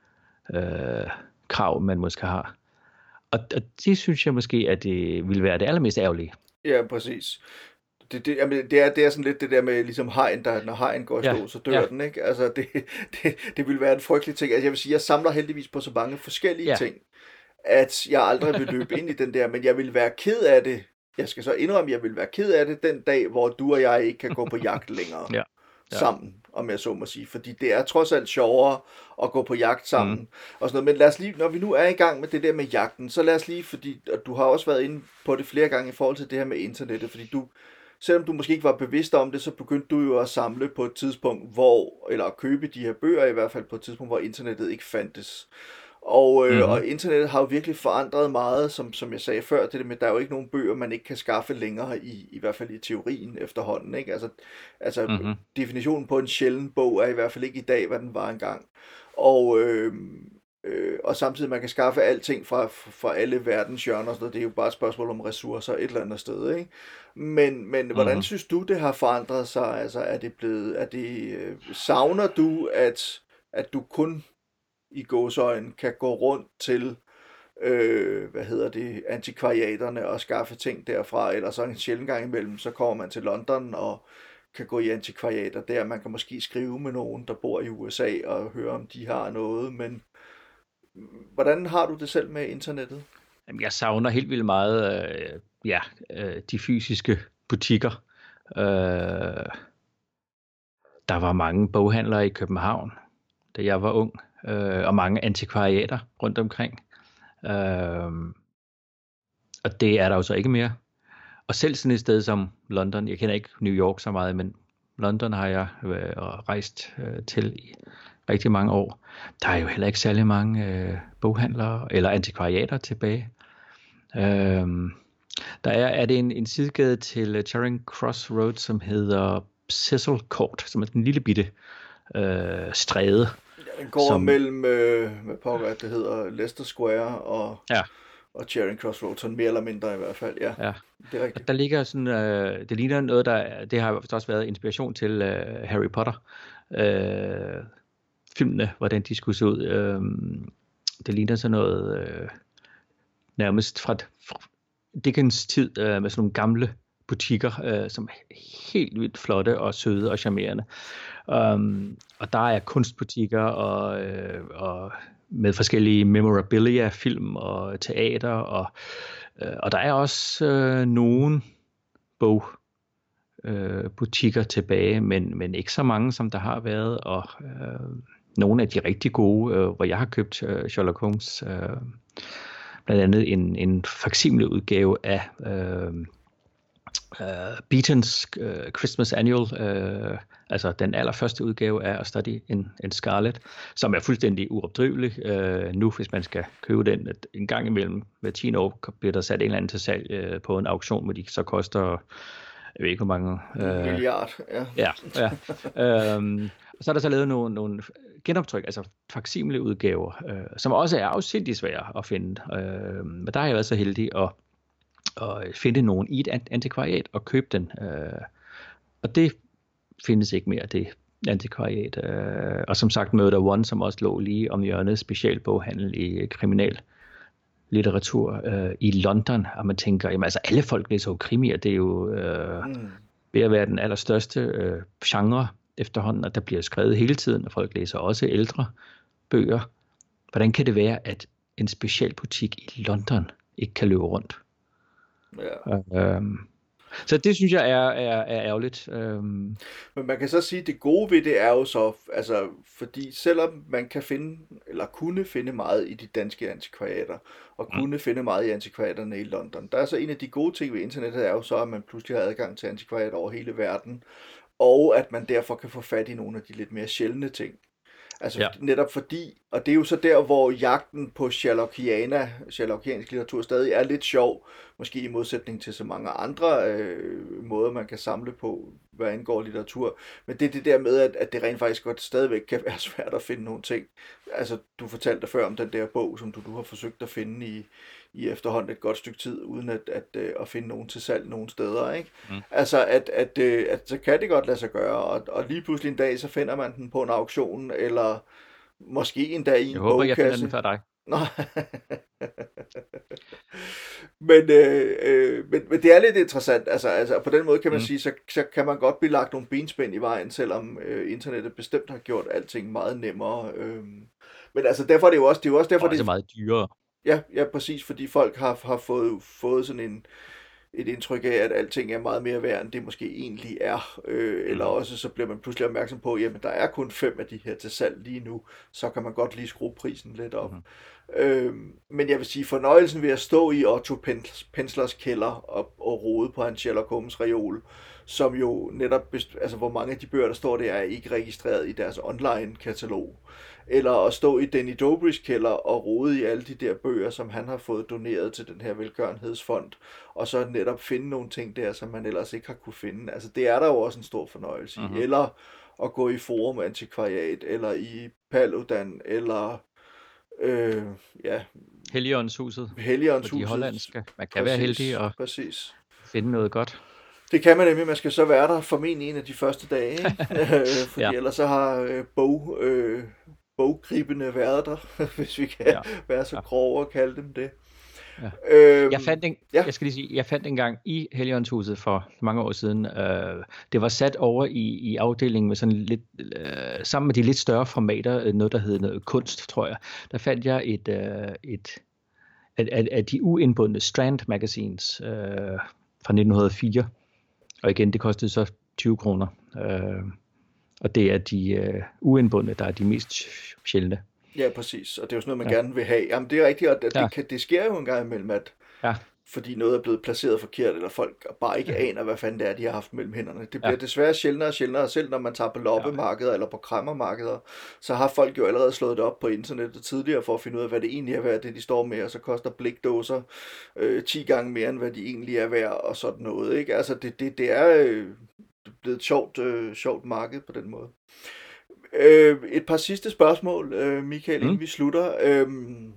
øh, krav, man måske har. Og, og det synes jeg måske, at det ville være det allermest ærgerlige. Ja, præcis. Det, det, jamen, det, er, det er sådan lidt det der med ligesom hegn, der, når hegn går i stå, ja, så dør ja. den, ikke? Altså, det, det, det ville være en frygtelig ting. Altså, jeg vil sige, jeg samler heldigvis på så mange forskellige ja. ting, at jeg aldrig vil løbe ind i den der, men jeg vil være ked af det. Jeg skal så indrømme, at jeg vil være ked af det den dag, hvor du og jeg ikke kan gå på jagt længere. Ja. Ja. Sammen, om jeg så må sige, fordi det er trods alt sjovere at gå på jagt sammen mm. og sådan noget. Men lad os lige, når vi nu er i gang med det der med jagten, så lad os lige, fordi du har også været inde på det flere gange i forhold til det her med internettet, fordi du, selvom du måske ikke var bevidst om det, så begyndte du jo at samle på et tidspunkt, hvor, eller at købe de her bøger i hvert fald på et tidspunkt, hvor internettet ikke fandtes. Og, øh, mm-hmm. og internettet har jo virkelig forandret meget, som, som jeg sagde før, det der med, der er jo ikke nogen bøger, man ikke kan skaffe længere, i, i hvert fald i teorien efterhånden, ikke? Altså, altså mm-hmm. definitionen på en sjælden bog er i hvert fald ikke i dag, hvad den var engang. Og, øh, øh, og samtidig man kan skaffe alting fra, fra alle verdens hjørner, så det er jo bare et spørgsmål om ressourcer et eller andet sted, ikke? Men, men mm-hmm. hvordan synes du, det har forandret sig? Altså, er det blevet, er det, øh, savner du, at, at du kun i gåseøjne kan gå rundt til, øh, hvad hedder det, antikvariaterne og skaffe ting derfra, eller så en sjældent gang imellem, så kommer man til London og kan gå i antikvariater der. Man kan måske skrive med nogen, der bor i U S A og høre, om de har noget, men hvordan har du det selv med internettet? Jamen, jeg savner helt vildt meget øh, ja, øh, de fysiske butikker. Øh, der var mange boghandlere i København, da jeg var ung. Øh, og mange antikvariater rundt omkring. Øh, og det er der jo så ikke mere. Og selv sådan et sted som London, jeg kender ikke New York så meget, men London har jeg øh, rejst øh, til i rigtig mange år. Der er jo heller ikke særlig mange øh, boghandlere eller antikvariater tilbage. Øh, der er, er det en, en sidegade til Charing Cross Road, som hedder Cecil Court, som er den lille bitte øh, stræde. Den går som, mellem, øh, hvad pokker det hedder, Leicester Square og, ja. og Charing Cross Road, sådan mere eller mindre i hvert fald, ja. ja. Det er rigtigt. Og der ligger sådan, øh, det ligner noget, der, det har også været inspiration til øh, Harry Potter, øh, filmene, hvordan de skulle se ud. Øh, det ligner sådan noget, øh, nærmest fra, fra Dickens tid, øh, med sådan nogle gamle butikker, øh, som er helt vildt flotte og søde og charmerende. Um, og der er kunstbutikker og, øh, og med forskellige memorabilia, film og teater, og, øh, og der er også øh, nogle bogbutikker øh, tilbage, men, men ikke så mange, som der har været, og øh, nogle af de rigtig gode, øh, hvor jeg har købt øh, Sherlock Holmes, øh, blandt andet en, en faksimile udgave af øh, Uh, Beatons uh, Christmas Annual, uh, altså den allerførste udgave af A Study in, in Scarlet, som er fuldstændig uopdrivelig uh, nu, hvis man skal købe den. At en gang imellem hver tiende år bliver der sat en eller anden til salg uh, på en auktion, hvor de så koster, jeg ved ikke hvor mange. Uh, en milliard, ja. Ja, ja. um, og så er der så lavet nogle, nogle genoptryk, altså faksimile udgaver, uh, som også er afsindigt svære at finde. Uh, men der har jeg været så heldig at og finde nogen i et antikvariat og købe den. Øh, og det findes ikke mere, det antikvariat. Øh, og som sagt Murder One, som også lå lige om hjørnet, specialboghandel i kriminallitteratur øh, i London. Og man tænker, jamen altså alle folk læser jo krimier, det er jo øh, mm. ved at være den allerstørste øh, genre efterhånden, og der bliver skrevet hele tiden, og folk læser også ældre bøger. Hvordan kan det være, at en specialbutik i London ikke kan løbe rundt? Ja. Øhm, så det synes jeg er, er, er ærgerligt. Øhm, Men man kan så sige, at det gode ved det er jo så, altså, fordi selvom man kan finde, eller kunne finde meget i de danske antikvariater, og kunne mm. finde meget i antikvariaterne i London, der er så en af de gode ting ved internettet, er jo så, at man pludselig har adgang til antikvariater over hele verden, og at man derfor kan få fat i nogle af de lidt mere sjældne ting. Altså Ja. netop fordi, og det er jo så der, hvor jagten på Sherlockiana, Sherlockiansk litteratur stadig er lidt sjov, måske i modsætning til så mange andre øh, måder, man kan samle på, hvad angår litteratur. Men det er det der med, at, at det rent faktisk godt stadigvæk kan være svært at finde nogle ting. Altså, du fortalte før om den der bog, som du, du har forsøgt at finde i, i efterhånden et godt stykke tid, uden at, at, at, at finde nogen til salg nogen steder, ikke? Mm. Altså, at, at, at, at så kan det godt lade sig gøre, og, og lige pludselig en dag, så finder man den på en auktion, eller måske endda i en Jeg håber, bogkasse. jeg finder den før dig. Nå. men, øh, øh, men, men det er lidt interessant. Altså, altså på den måde kan man mm. sige, så, så kan man godt blive lagt nogle benspænd i vejen, selvom øh, internettet bestemt har gjort alting meget nemmere. Øh. Men altså derfor er det jo også, det er jo også derfor, og også det er meget dyrere. Ja, ja, præcis, fordi folk har, har fået, fået sådan en, et indtryk af, at alting er meget mere værd, end det måske egentlig er. Øh, eller også så bliver man pludselig opmærksom på, jamen der er kun fem af de her til salg lige nu, så kan man godt lige skrue prisen lidt op. Mm. Øh, men jeg vil sige, fornøjelsen ved at stå i Otto Penslers kælder og, og rode på hans Sherlock Holmes reol, som jo netop, altså hvor mange af de bøger, der står der, er ikke registreret i deres online-katalog. Eller at stå i Denny Dobrys kælder og rode i alle de der bøger, som han har fået doneret til den her velgørenhedsfond, og så netop finde nogle ting der, som man ellers ikke har kunne finde. Altså det er der jo også en stor fornøjelse i. Mm-hmm. Eller at gå i Forum Antikvariat, eller i Paludan, eller øh, ja... Helligåndshuset. Helligåndshuset. De hollandske. Man kan præcis, være heldig og præcis. finde noget godt. Det kan man nemlig. Man skal så være der formentlig en af de første dage, ikke? Fordi ja. Ellers så har øh, bog... Øh, boggribende været der, hvis vi kan ja. være så grove og kalde dem det. Ja. Øhm, jeg, fandt en, ja. jeg skal lige sige, jeg fandt engang i Helligåndshuset for mange år siden, øh, det var sat over i, i afdelingen med sådan lidt, øh, sammen med de lidt større formater, noget der hed noget kunst, tror jeg. Der fandt jeg et, øh, et af, af, af de uindbundne Strand Magazines øh, fra nitten hundrede og fire, og igen, det kostede så tyve kroner. Øh, Og det er de øh, uindbundne, der er de mest sjældne. Ja, præcis. Og det er jo sådan noget, man ja. gerne vil have. Jamen, det er rigtigt, og det, ja. det, kan, det sker jo en gang imellem, at ja. fordi noget er blevet placeret forkert, eller folk bare ikke ja. aner, hvad fanden det er, de har haft mellem hænderne. Det bliver ja. desværre sjældnere og sjældnere, selv når man tager på loppemarkeder ja. eller på kræmmermarkeder, så har folk jo allerede slået det op på internettet tidligere, for at finde ud af, hvad det egentlig er værd, det de står med, og så koster blikdåser øh, ti gange mere, end hvad de egentlig er værd, og sådan noget, ikke? Altså, det, det, det er... Øh, blevet et sjovt, øh, sjovt marked på den måde. Øh, et par sidste spørgsmål, øh, Michael, mm. inden vi slutter. Øh,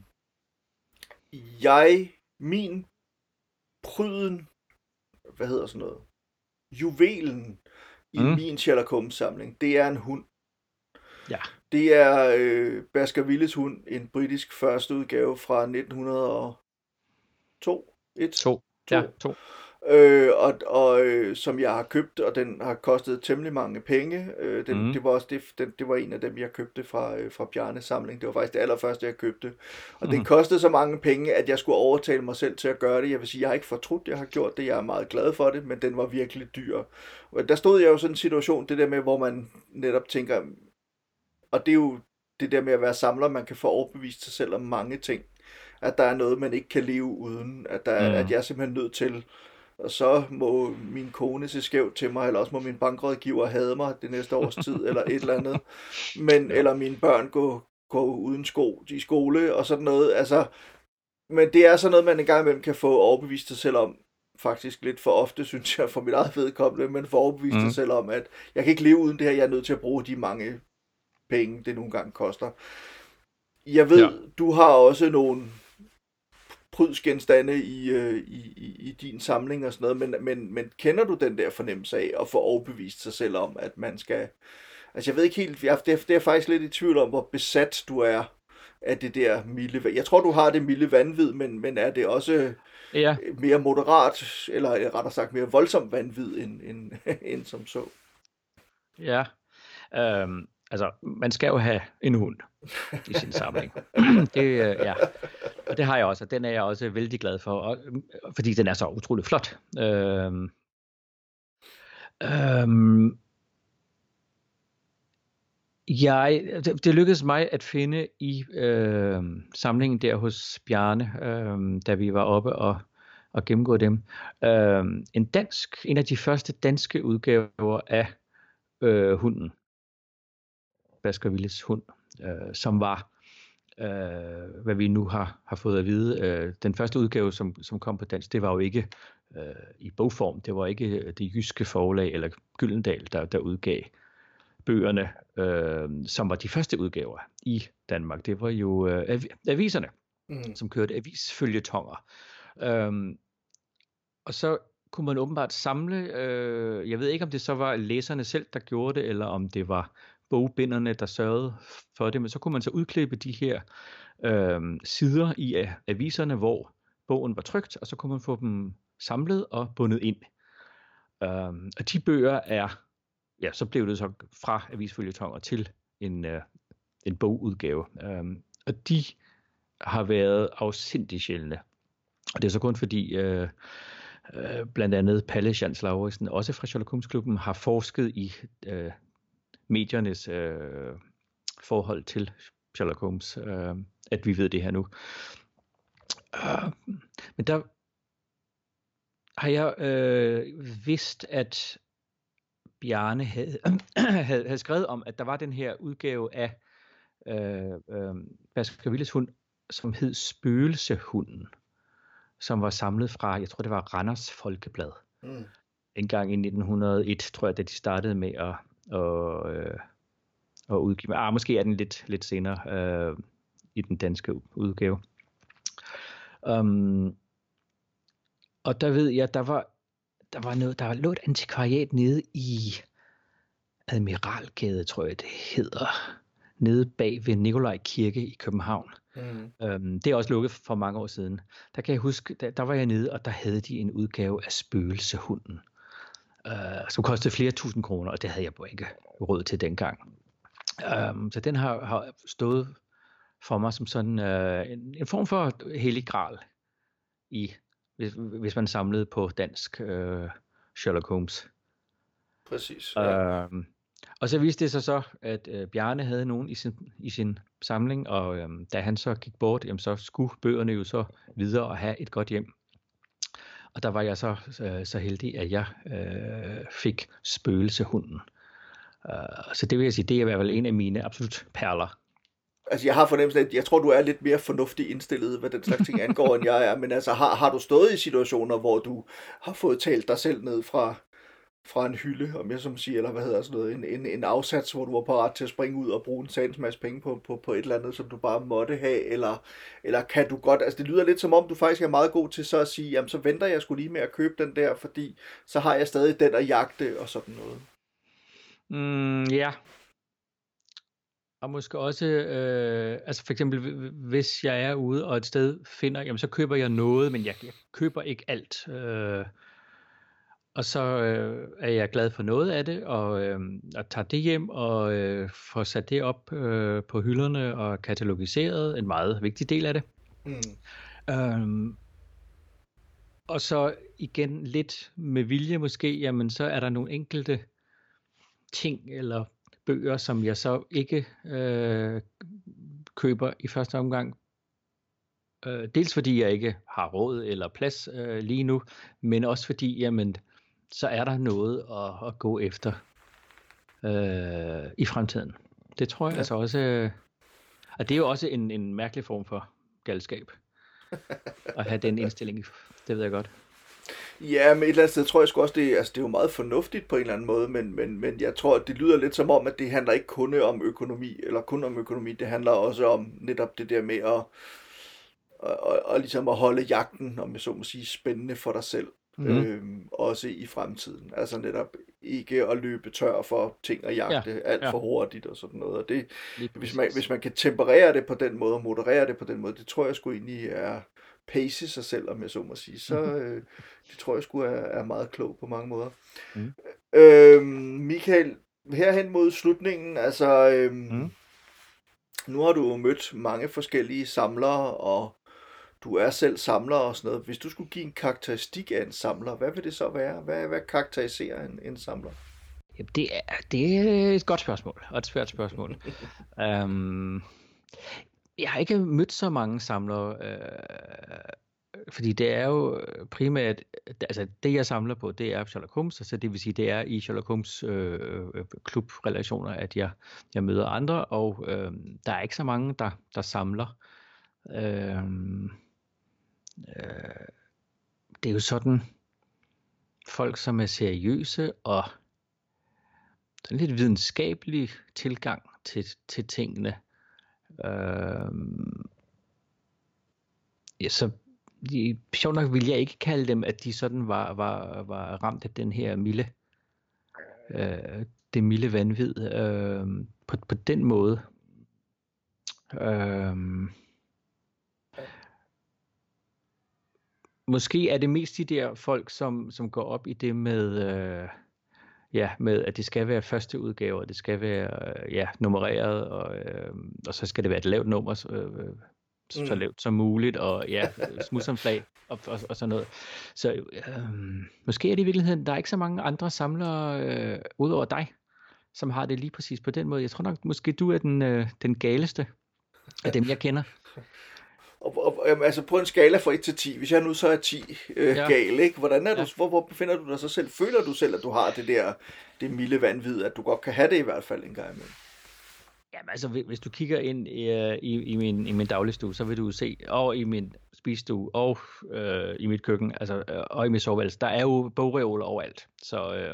jeg, min pryden, hvad hedder sådan noget, juvelen i mm. min Sherlock Holmes samling, det er en hund. Ja. Det er øh, Baskervilles hund, en britisk første udgave fra nitten hundrede og to. Et? To. to. Ja, to. Øh, og, og øh, som jeg har købt, og den har kostet temmelig mange penge. Øh, den, mm. det, var også det, den, det var en af dem, jeg købte fra, øh, fra Bjarnes samling. Det var faktisk det allerførste, jeg købte. Og mm. den kostede så mange penge, at jeg skulle overtale mig selv til at gøre det. Jeg vil sige, jeg har ikke fortrudt, jeg har gjort det. Jeg er meget glad for det, men den var virkelig dyr. Og der stod jeg jo sådan en situation, det der med, hvor man netop tænker, og det er jo det der med at være samler, man kan få overbevist sig selv om mange ting. At der er noget, man ikke kan leve uden. At, der, mm. at jeg er simpelthen nødt til... Og så må min kone se skævt til mig, eller også må min bankrådgiver hade mig det næste års tid, eller et eller andet. Men, eller mine børn gå, gå uden sko i skole, og sådan noget. Altså, men det er sådan noget, man en gang imellem kan få overbevist sig selv om. Faktisk lidt for ofte, synes jeg, for mit eget vedkommende, men få overbevist mm. sig selv om, at jeg kan ikke leve uden det her. Jeg er nødt til at bruge de mange penge, det nogle gange koster. Jeg ved, ja. du har også nogle... prydsgenstande i, øh, i, i, i din samling og sådan noget, men, men, men kender du den der fornemmelse af at få overbevist sig selv om, at man skal... Altså jeg ved ikke helt, jeg, det, er, det er faktisk lidt i tvivl om, hvor besat du er af det der milde... Jeg tror, du har det milde vanvid, men, men er det også ja. mere moderat, eller rettere sagt mere voldsomt vanvid, end, end, end som så? Ja, Øhm, altså, man skal jo have en hund i sin samling. det, øh, ja. Og det har jeg også, og den er jeg også vældig glad for, og, fordi den er så utrolig flot. Øhm, øhm, jeg, det, det lykkedes mig at finde i øh, samlingen der hos Bjarne, øh, da vi var oppe og, og gennemgå dem, øh, en dansk, en af de første danske udgaver af øh, hunden, Baskervilles hund, øh, som var, øh, hvad vi nu har, har fået at vide, øh, den første udgave, som, som kom på dansk, det var jo ikke øh, i bogform, det var ikke det jyske forlag eller Gyldendal, der, der udgav bøgerne, øh, som var de første udgaver i Danmark. Det var jo øh, av- aviserne, mm. som kørte avisfølgetonger. Øhm, og så kunne man åbenbart samle, øh, jeg ved ikke om det så var læserne selv, der gjorde det, eller om det var bogbinderne, der sørgede for det, men så kunne man så udklippe de her øh, sider i aviserne, hvor bogen var trykt, og så kunne man få dem samlet og bundet ind. Øhm, og de bøger er, ja, så blev det så fra avisfølgetonger til en, øh, en bogudgave. Øhm, og de har været afsindig sjældne. Og det er så kun fordi, øh, øh, blandt andet Palle Jans Lauritsen, også fra Sherlock Holmes Klubben, har forsket i øh, mediernes øh, forhold til Sherlock Holmes, øh, at vi ved det her nu. Øh, men der har jeg øh, vidst, at Bjarne havde, havde, havde skrevet om, at der var den her udgave af øh, øh, Baskervilles hund, som hed Spøgelsehunden, som var samlet fra, jeg tror det var Randers Folkeblad. Mm. En gang i nitten hundrede og et, tror jeg, da de startede med at, at, øh, at udgive. Ah, måske er den lidt, lidt senere øh, i den danske udgave. Um, og der ved jeg, der var Der var noget, der lå et antikvariat nede i Admiralgade, tror jeg det hedder, nede bag ved Nikolaj Kirke i København. Mm. Øhm, det er også lukket for mange år siden. Der kan jeg huske, der, der var jeg nede, og der havde de en udgave af Spøgelsehunden, øh, som kostede flere tusind kroner, og det havde jeg bare ikke råd til dengang. Øhm, så den har, har stået for mig som sådan øh, en, en form for hellig gral i Hvis, hvis man samlede på dansk øh, Sherlock Holmes. Præcis. Ja. Øhm, og så viste det sig så, at øh, Bjarne havde nogen i sin, i sin samling, og øh, da han så gik bort, jamen, så skulle bøgerne jo så videre og have et godt hjem. Og der var jeg så, øh, så heldig, at jeg øh, fik Spøgelsehunden. Øh, så det vil jeg sige, det er i hvert fald en af mine absolut perler. Altså, jeg har fornemmelsen, at jeg tror, du er lidt mere fornuftig indstillet, hvad den slags ting angår, end jeg er. Men altså, har, har du stået i situationer, hvor du har fået talt dig selv ned fra, fra en hylde, om jeg som siger, eller hvad hedder sådan noget, en, en, en afsats, hvor du var parat til at springe ud og bruge en sagens masse penge på, på, på et eller andet, som du bare måtte have, eller, eller kan du godt, altså det lyder lidt som om, du faktisk er meget god til så at sige, jamen så venter jeg sgu lige med at købe den der, fordi så har jeg stadig den at jagte, og sådan noget. Mm, ja. Og måske også, øh, altså for eksempel, hvis jeg er ude og et sted finder, jamen så køber jeg noget, men jeg, jeg køber ikke alt. Øh, og så øh, er jeg glad for noget af det, og, øh, og tager det hjem og øh, får sat det op øh, på hylderne og katalogiseret, en meget vigtig del af det. Mm. Øh, og så igen lidt med vilje måske, jamen så er der nogle enkelte ting eller bøger, som jeg så ikke øh, køber i første omgang. Øh, dels fordi jeg ikke har råd eller plads øh, lige nu, men også fordi, jamen, så er der noget at, at gå efter øh, i fremtiden. Det tror jeg ja. altså også, øh, og det er jo også en, en mærkelig form for galskab, at have den indstilling, det ved jeg godt. Ja, men et eller andet sted tror jeg sgu også, det, altså, det er jo meget fornuftigt på en eller anden måde, men, men, men jeg tror, at det lyder lidt som om, at det handler ikke kun om økonomi, eller kun om økonomi, det handler også om netop det der med at, at, at, at, ligesom at holde jagten, om jeg så må sige, spændende for dig selv, mm-hmm. øhm, også i fremtiden. Altså netop ikke at løbe tør for ting og jagte ja, alt ja. for hurtigt og sådan noget. Og det, hvis, man, hvis man kan temperere det på den måde, og moderere det på den måde, det tror jeg sgu egentlig er pace sig selv, om jeg så må sige, så øh, det tror jeg sgu er, er meget klog på mange måder. Mm. Øhm, Michael, herhen mod slutningen, altså øhm, Mm. nu har du jo mødt mange forskellige samlere, og du er selv samler og sådan noget. Hvis du skulle give en karakteristik af en samler, hvad vil det så være? Hvad, hvad karakteriserer en, en samler? Jamen, det er, det er et godt spørgsmål, og et svært spørgsmål. um, jeg har ikke mødt så mange samlere, øh, fordi det er jo primært, altså det jeg samler på, det er Sherlock Holmes, så det vil sige, det er i Sherlock Holmes øh, klubrelationer, at jeg, jeg møder andre, og øh, der er ikke så mange, der, der samler. Øh, øh, det er jo sådan folk, som er seriøse og sådan lidt videnskabelig tilgang til, til tingene. Øh, ja, så de, sjovt nok vil jeg ikke kalde dem, at de sådan var, var, var ramt af den her milde, øh, det milde vanvid øh, på, på den måde. Øh, måske er det mest de der folk, som, som går op i det med, øh, ja, med at det skal være første udgave, og det skal være øh, ja, nummereret, og, øh, og så skal det være et lavt nummer, øh, så Mm. lavt som muligt, og ja, smudsamflag og, og, og sådan noget. Så øh, måske er det i virkeligheden, der er ikke så mange andre samlere øh, udover dig, som har det lige præcis på den måde. Jeg tror nok, måske du er den, øh, den galeste af dem, jeg kender. Og, og, jamen, altså på en skala fra et til ti, hvis jeg nu så er ti øh, Ja. gal, ikke? Hvordan er du, Ja. hvor, hvor befinder du dig så selv? Føler du selv, at du har det der, det milde vanvid, at du godt kan have det i hvert fald en gang imellem? Jamen altså, hvis hvis du kigger ind i, øh, i, i, min, i min dagligstue, så vil du se, og i min spisestue, og øh, i mit køkken, altså, øh, og i mit soveværelse, der er jo bogreoler overalt. Så, øh,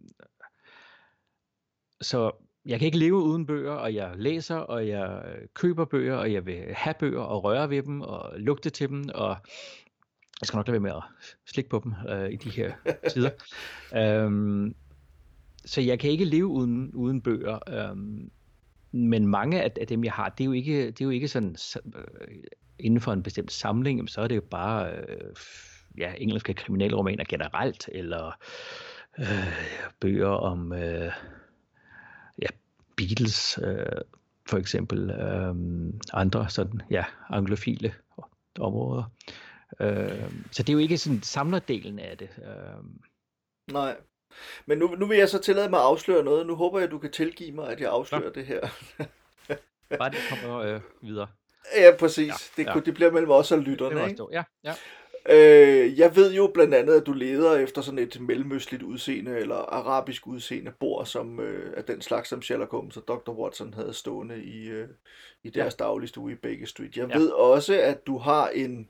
så jeg kan ikke leve uden bøger, og jeg læser, og jeg køber bøger, og jeg vil have bøger, og røre ved dem, og lugte til dem, og jeg skal nok lade være med at slikke på dem øh, i de her tider. Øhm, så jeg kan ikke leve uden, uden bøger. Øhm, men mange af, af dem, jeg har, det er jo ikke, det er jo ikke sådan øh, inden for en bestemt samling, jamen, så er det jo bare øh, ja, engelske kriminalromaner generelt, eller øh, bøger om øh, ja, Beatles øh, for eksempel, øh, andre sådan, ja, anglofile områder. Øh, så det er jo ikke sådan samlerdelen af det. Øh, Nej. Men nu, nu vil jeg så tillade mig at afsløre noget. Nu håber jeg, du kan tilgive mig, at jeg afslører Nå. det her. bare det kommer øh, videre. Ja, præcis. Ja, det, ja. kunne- det bliver mellem os og Det lytterne, var ikke? stå. Ja, ja. Øh, jeg ved jo blandt andet, at du leder efter sådan et mellemøstligt udseende, eller arabisk udseende bord, som øh, er den slags, som Sherlock Holmes og doktor Watson havde stående i, øh, i deres ja. dagligstue i Baker Street. Jeg Ja. ved også, at du har en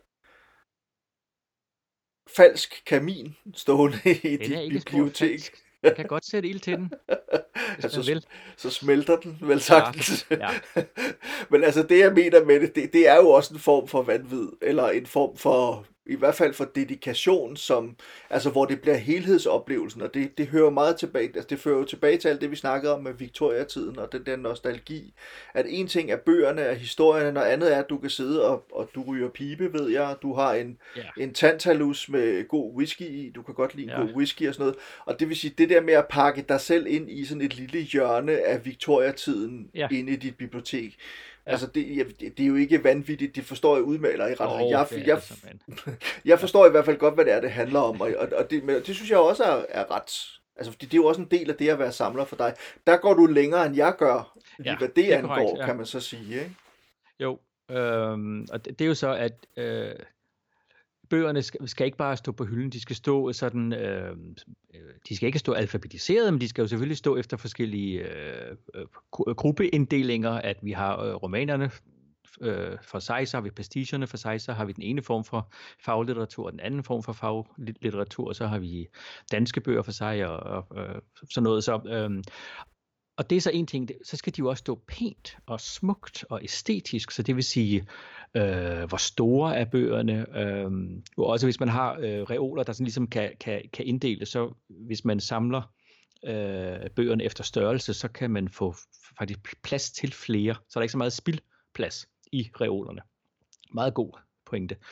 falsk kamin stående i Den er dit ikke spor bibliotek. falsk. Jeg kan godt sætte ild til den, hvis Altså, man vil. så smelter den vel sagtens. Ja, ja. Men altså det jeg mener med det, det, det er jo også en form for vanvid, eller en form for, i hvert fald for dedikation, som, altså hvor det bliver helhedsoplevelsen, og det, det hører meget tilbage, altså det fører jo tilbage til alt det vi snakkede om med Victoria-tiden, og den der nostalgi, at en ting er bøgerne, er historierne, og andet er, at du kan sidde, og, og du ryger pibe, ved jeg, du har en, Ja. en tantalus med god whisky i, du kan godt lide en Ja. god whisky og sådan noget, og det vil sige, det der med at pakke dig selv ind i sådan et lille hjørne af Victoria-tiden Ja. inde i dit bibliotek. Ja. Altså, det, jeg- det, det er jo ikke vanvittigt, det forstår jeg udmaler i ret. Åh, jeg, det er jeg, det såmænd. jeg forstår i hvert fald godt, hvad det er, det handler om, og, og, og det, men det synes jeg også er, er ret. Altså, fordi det er jo også en del af det at være samler for dig. Der går du længere, end jeg gør, lige Ja, hvad det, det er angår, korrekt, ja. kan man så sige, ikke? Jo, øhm, og det, det er jo så, at øh, bøgerne skal, skal ikke bare stå på hylden, de skal stå sådan, øh, øh, de skal ikke stå alfabetiseret, men de skal jo selvfølgelig stå efter forskellige øh, øh, gru- gruppeinddelinger, at vi har øh, romanerne øh, for sig, så har vi pastigerne for sig, så har vi den ene form for faglitteratur, og den anden form for faglitteratur, og så har vi danske bøger for sig, og, og øh, sådan noget. Så, øh, og det er så en ting, det- så skal de jo også stå pænt og smukt og æstetisk, så det vil sige, øh, hvor store er bøgerne, øh, og også hvis man har øh, reoler, der sådan ligesom kan, kan, kan inddele, så hvis man samler øh, bøgerne efter størrelse, så kan man få f- faktisk plads til flere, så er der ikke så meget spildplads i reolerne. Meget god pointe.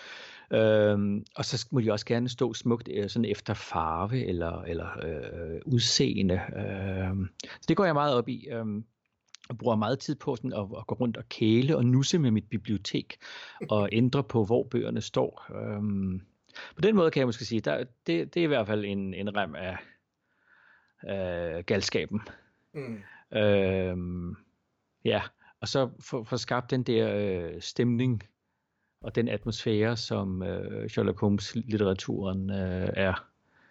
Øhm, og så må de også gerne stå smukt øh, sådan efter farve eller, eller øh, udseende. Øhm, så det går jeg meget op i. Øhm, og bruger meget tid på sådan at, at gå rundt og kæle og nusse med mit bibliotek og ændre på, hvor bøgerne står. Øhm, på den måde kan jeg måske sige, der, det, det er i hvert fald en, en rem af øh, galskaben. Mm. Øhm, ja, og så få for skabt den der øh, stemning og den atmosfære, som øh, Sherlock Holmes-litteraturen øh, er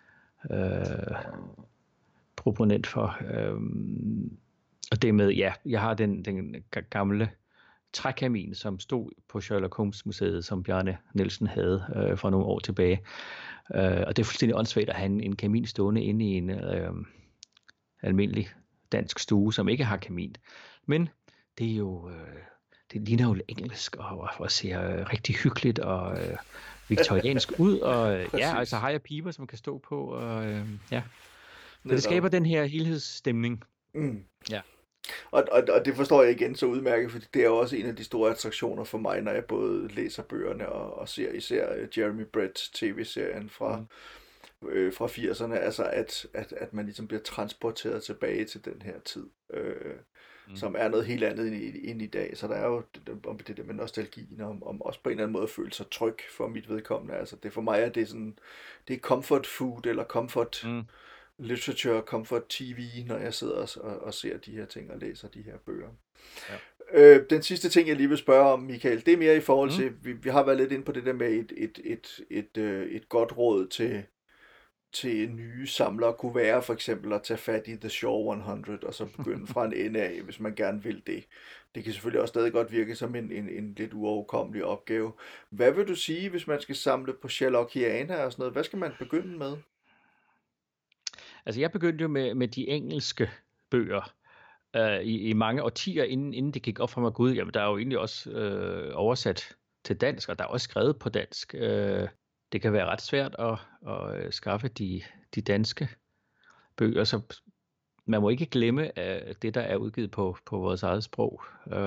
øh, proponent for. Øhm, og det med, ja, jeg har den, den gamle trækamin, som stod på Sherlock Holmes-museet, som Bjarne Nielsen havde øh, for nogle år tilbage. Øh, og det er fuldstændig åndssvagt at have en, en kamin stående inde i en øh, almindelig dansk stue, som ikke har kamin. Men det er jo, øh, det ligner jo engelsk og, og, og ser øh, rigtig hyggeligt og øh, viktoriansk ud. Og øh, ja, altså har jeg piber, som kan stå på. Og, øh, ja. Så det skaber den her helhedsstemning. Mm. Ja. Og, og, og det forstår jeg igen så udmærket, fordi det er også en af de store attraktioner for mig, når jeg både læser bøgerne og, og ser især Jeremy Brett tv-serien fra, mm. øh, fra firserne, altså at, at, at man ligesom bliver transporteret tilbage til den her tid, øh, mm. som er noget helt andet end i, end i dag. Så der er jo det, om det der med nostalgien, om, om også på en eller anden måde at føle sig tryg for mit vedkommende. Altså det for mig er det sådan, det er comfort food eller comfort mm. literature, comfort T V, når jeg sidder og, og ser de her ting og læser de her bøger. Ja. Øh, den sidste ting, jeg lige vil spørge om, Michael, det er mere i forhold til, mm. vi, vi har været lidt inde på det der med et, et, et, et, et, et godt råd til, til nye samlere, kunne være for eksempel at tage fat i The Shore hundrede, og så begynde fra en ende af, hvis man gerne vil det. Det kan selvfølgelig også stadig godt virke som en, en, en lidt uoverkommelig opgave. Hvad vil du sige, hvis man skal samle på Sherlockiana og sådan noget? Hvad skal man begynde med? Altså jeg begyndte jo med, med de engelske bøger øh, i, i mange årtier, inden, inden det gik op for mig, gud, jamen der er jo egentlig også øh, oversat til dansk, og der er også skrevet på dansk. Øh, det kan være ret svært at, at skaffe de, de danske bøger, så man må ikke glemme øh, det, der er udgivet på, på vores eget sprog. Øh,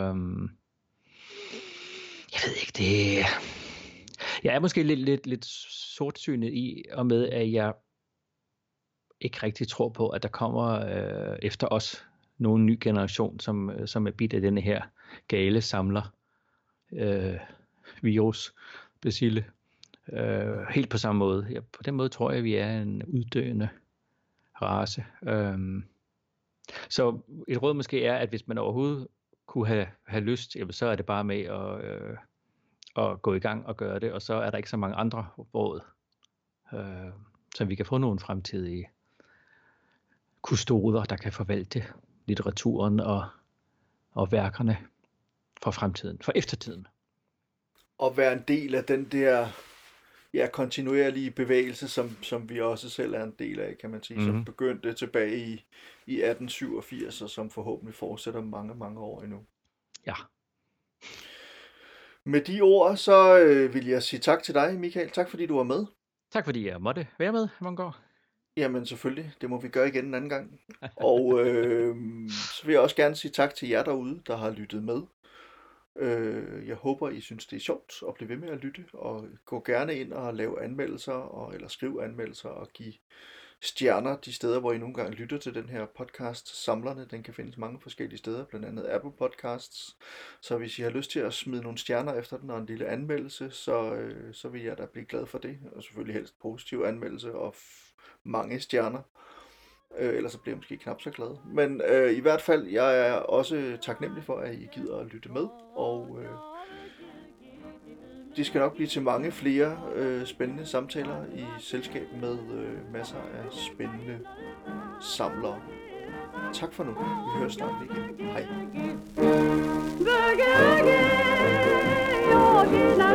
jeg ved ikke, det... Jeg er måske lidt, lidt, lidt sortsynet i, og med at jeg ikke rigtig tror på, at der kommer øh, efter os nogen ny generation, som, som er bidt af denne her gale samler øh, virus, bacille. Øh, helt på samme måde. Ja, på den måde tror jeg, at vi er en uddøende race. Øh, så et råd måske er, at hvis man overhovedet kunne have, have lyst, jamen, så er det bare med at, øh, at gå i gang og gøre det, og så er der ikke så mange andre råd, øh, så vi kan få nogle fremtidige kustoder, der kan forvalte litteraturen og, og værkerne for fremtiden, for eftertiden. Og være en del af den der ja, kontinuerlige bevægelse, som, som vi også selv er en del af, kan man sige, mm-hmm. som begyndte tilbage i, i atten syvogfirs, og som forhåbentlig fortsætter mange, mange år endnu. Ja. Med de ord, så øh, vil jeg sige tak til dig, Michael. Tak fordi du var med. Tak fordi jeg måtte være med, Mongård. Jamen selvfølgelig, det må vi gøre igen en anden gang. Og øh, så vil jeg også gerne sige tak til jer derude, der har lyttet med. Øh, jeg håber, I synes, det er sjovt at blive ved med at lytte, og gå gerne ind og lave anmeldelser, og, eller skrive anmeldelser, og give stjerner de steder, hvor I nogle gange lytter til den her podcast. Samlerne, den kan findes mange forskellige steder, blandt andet Apple Podcasts. Så hvis I har lyst til at smide nogle stjerner efter den, og en lille anmeldelse, så, øh, så vil jeg da blive glad for det. Og selvfølgelig helst positiv anmeldelse, og f- mange stjerner. Øh, ellers så bliver jeg måske knap så glad. Men øh, i hvert fald, jeg er også taknemmelig for, at I gider at lytte med. Og øh, det skal nok blive til mange flere øh, spændende samtaler i selskab med øh, masser af spændende samlere. Tak for nu. Vi hører snart igen. Hej.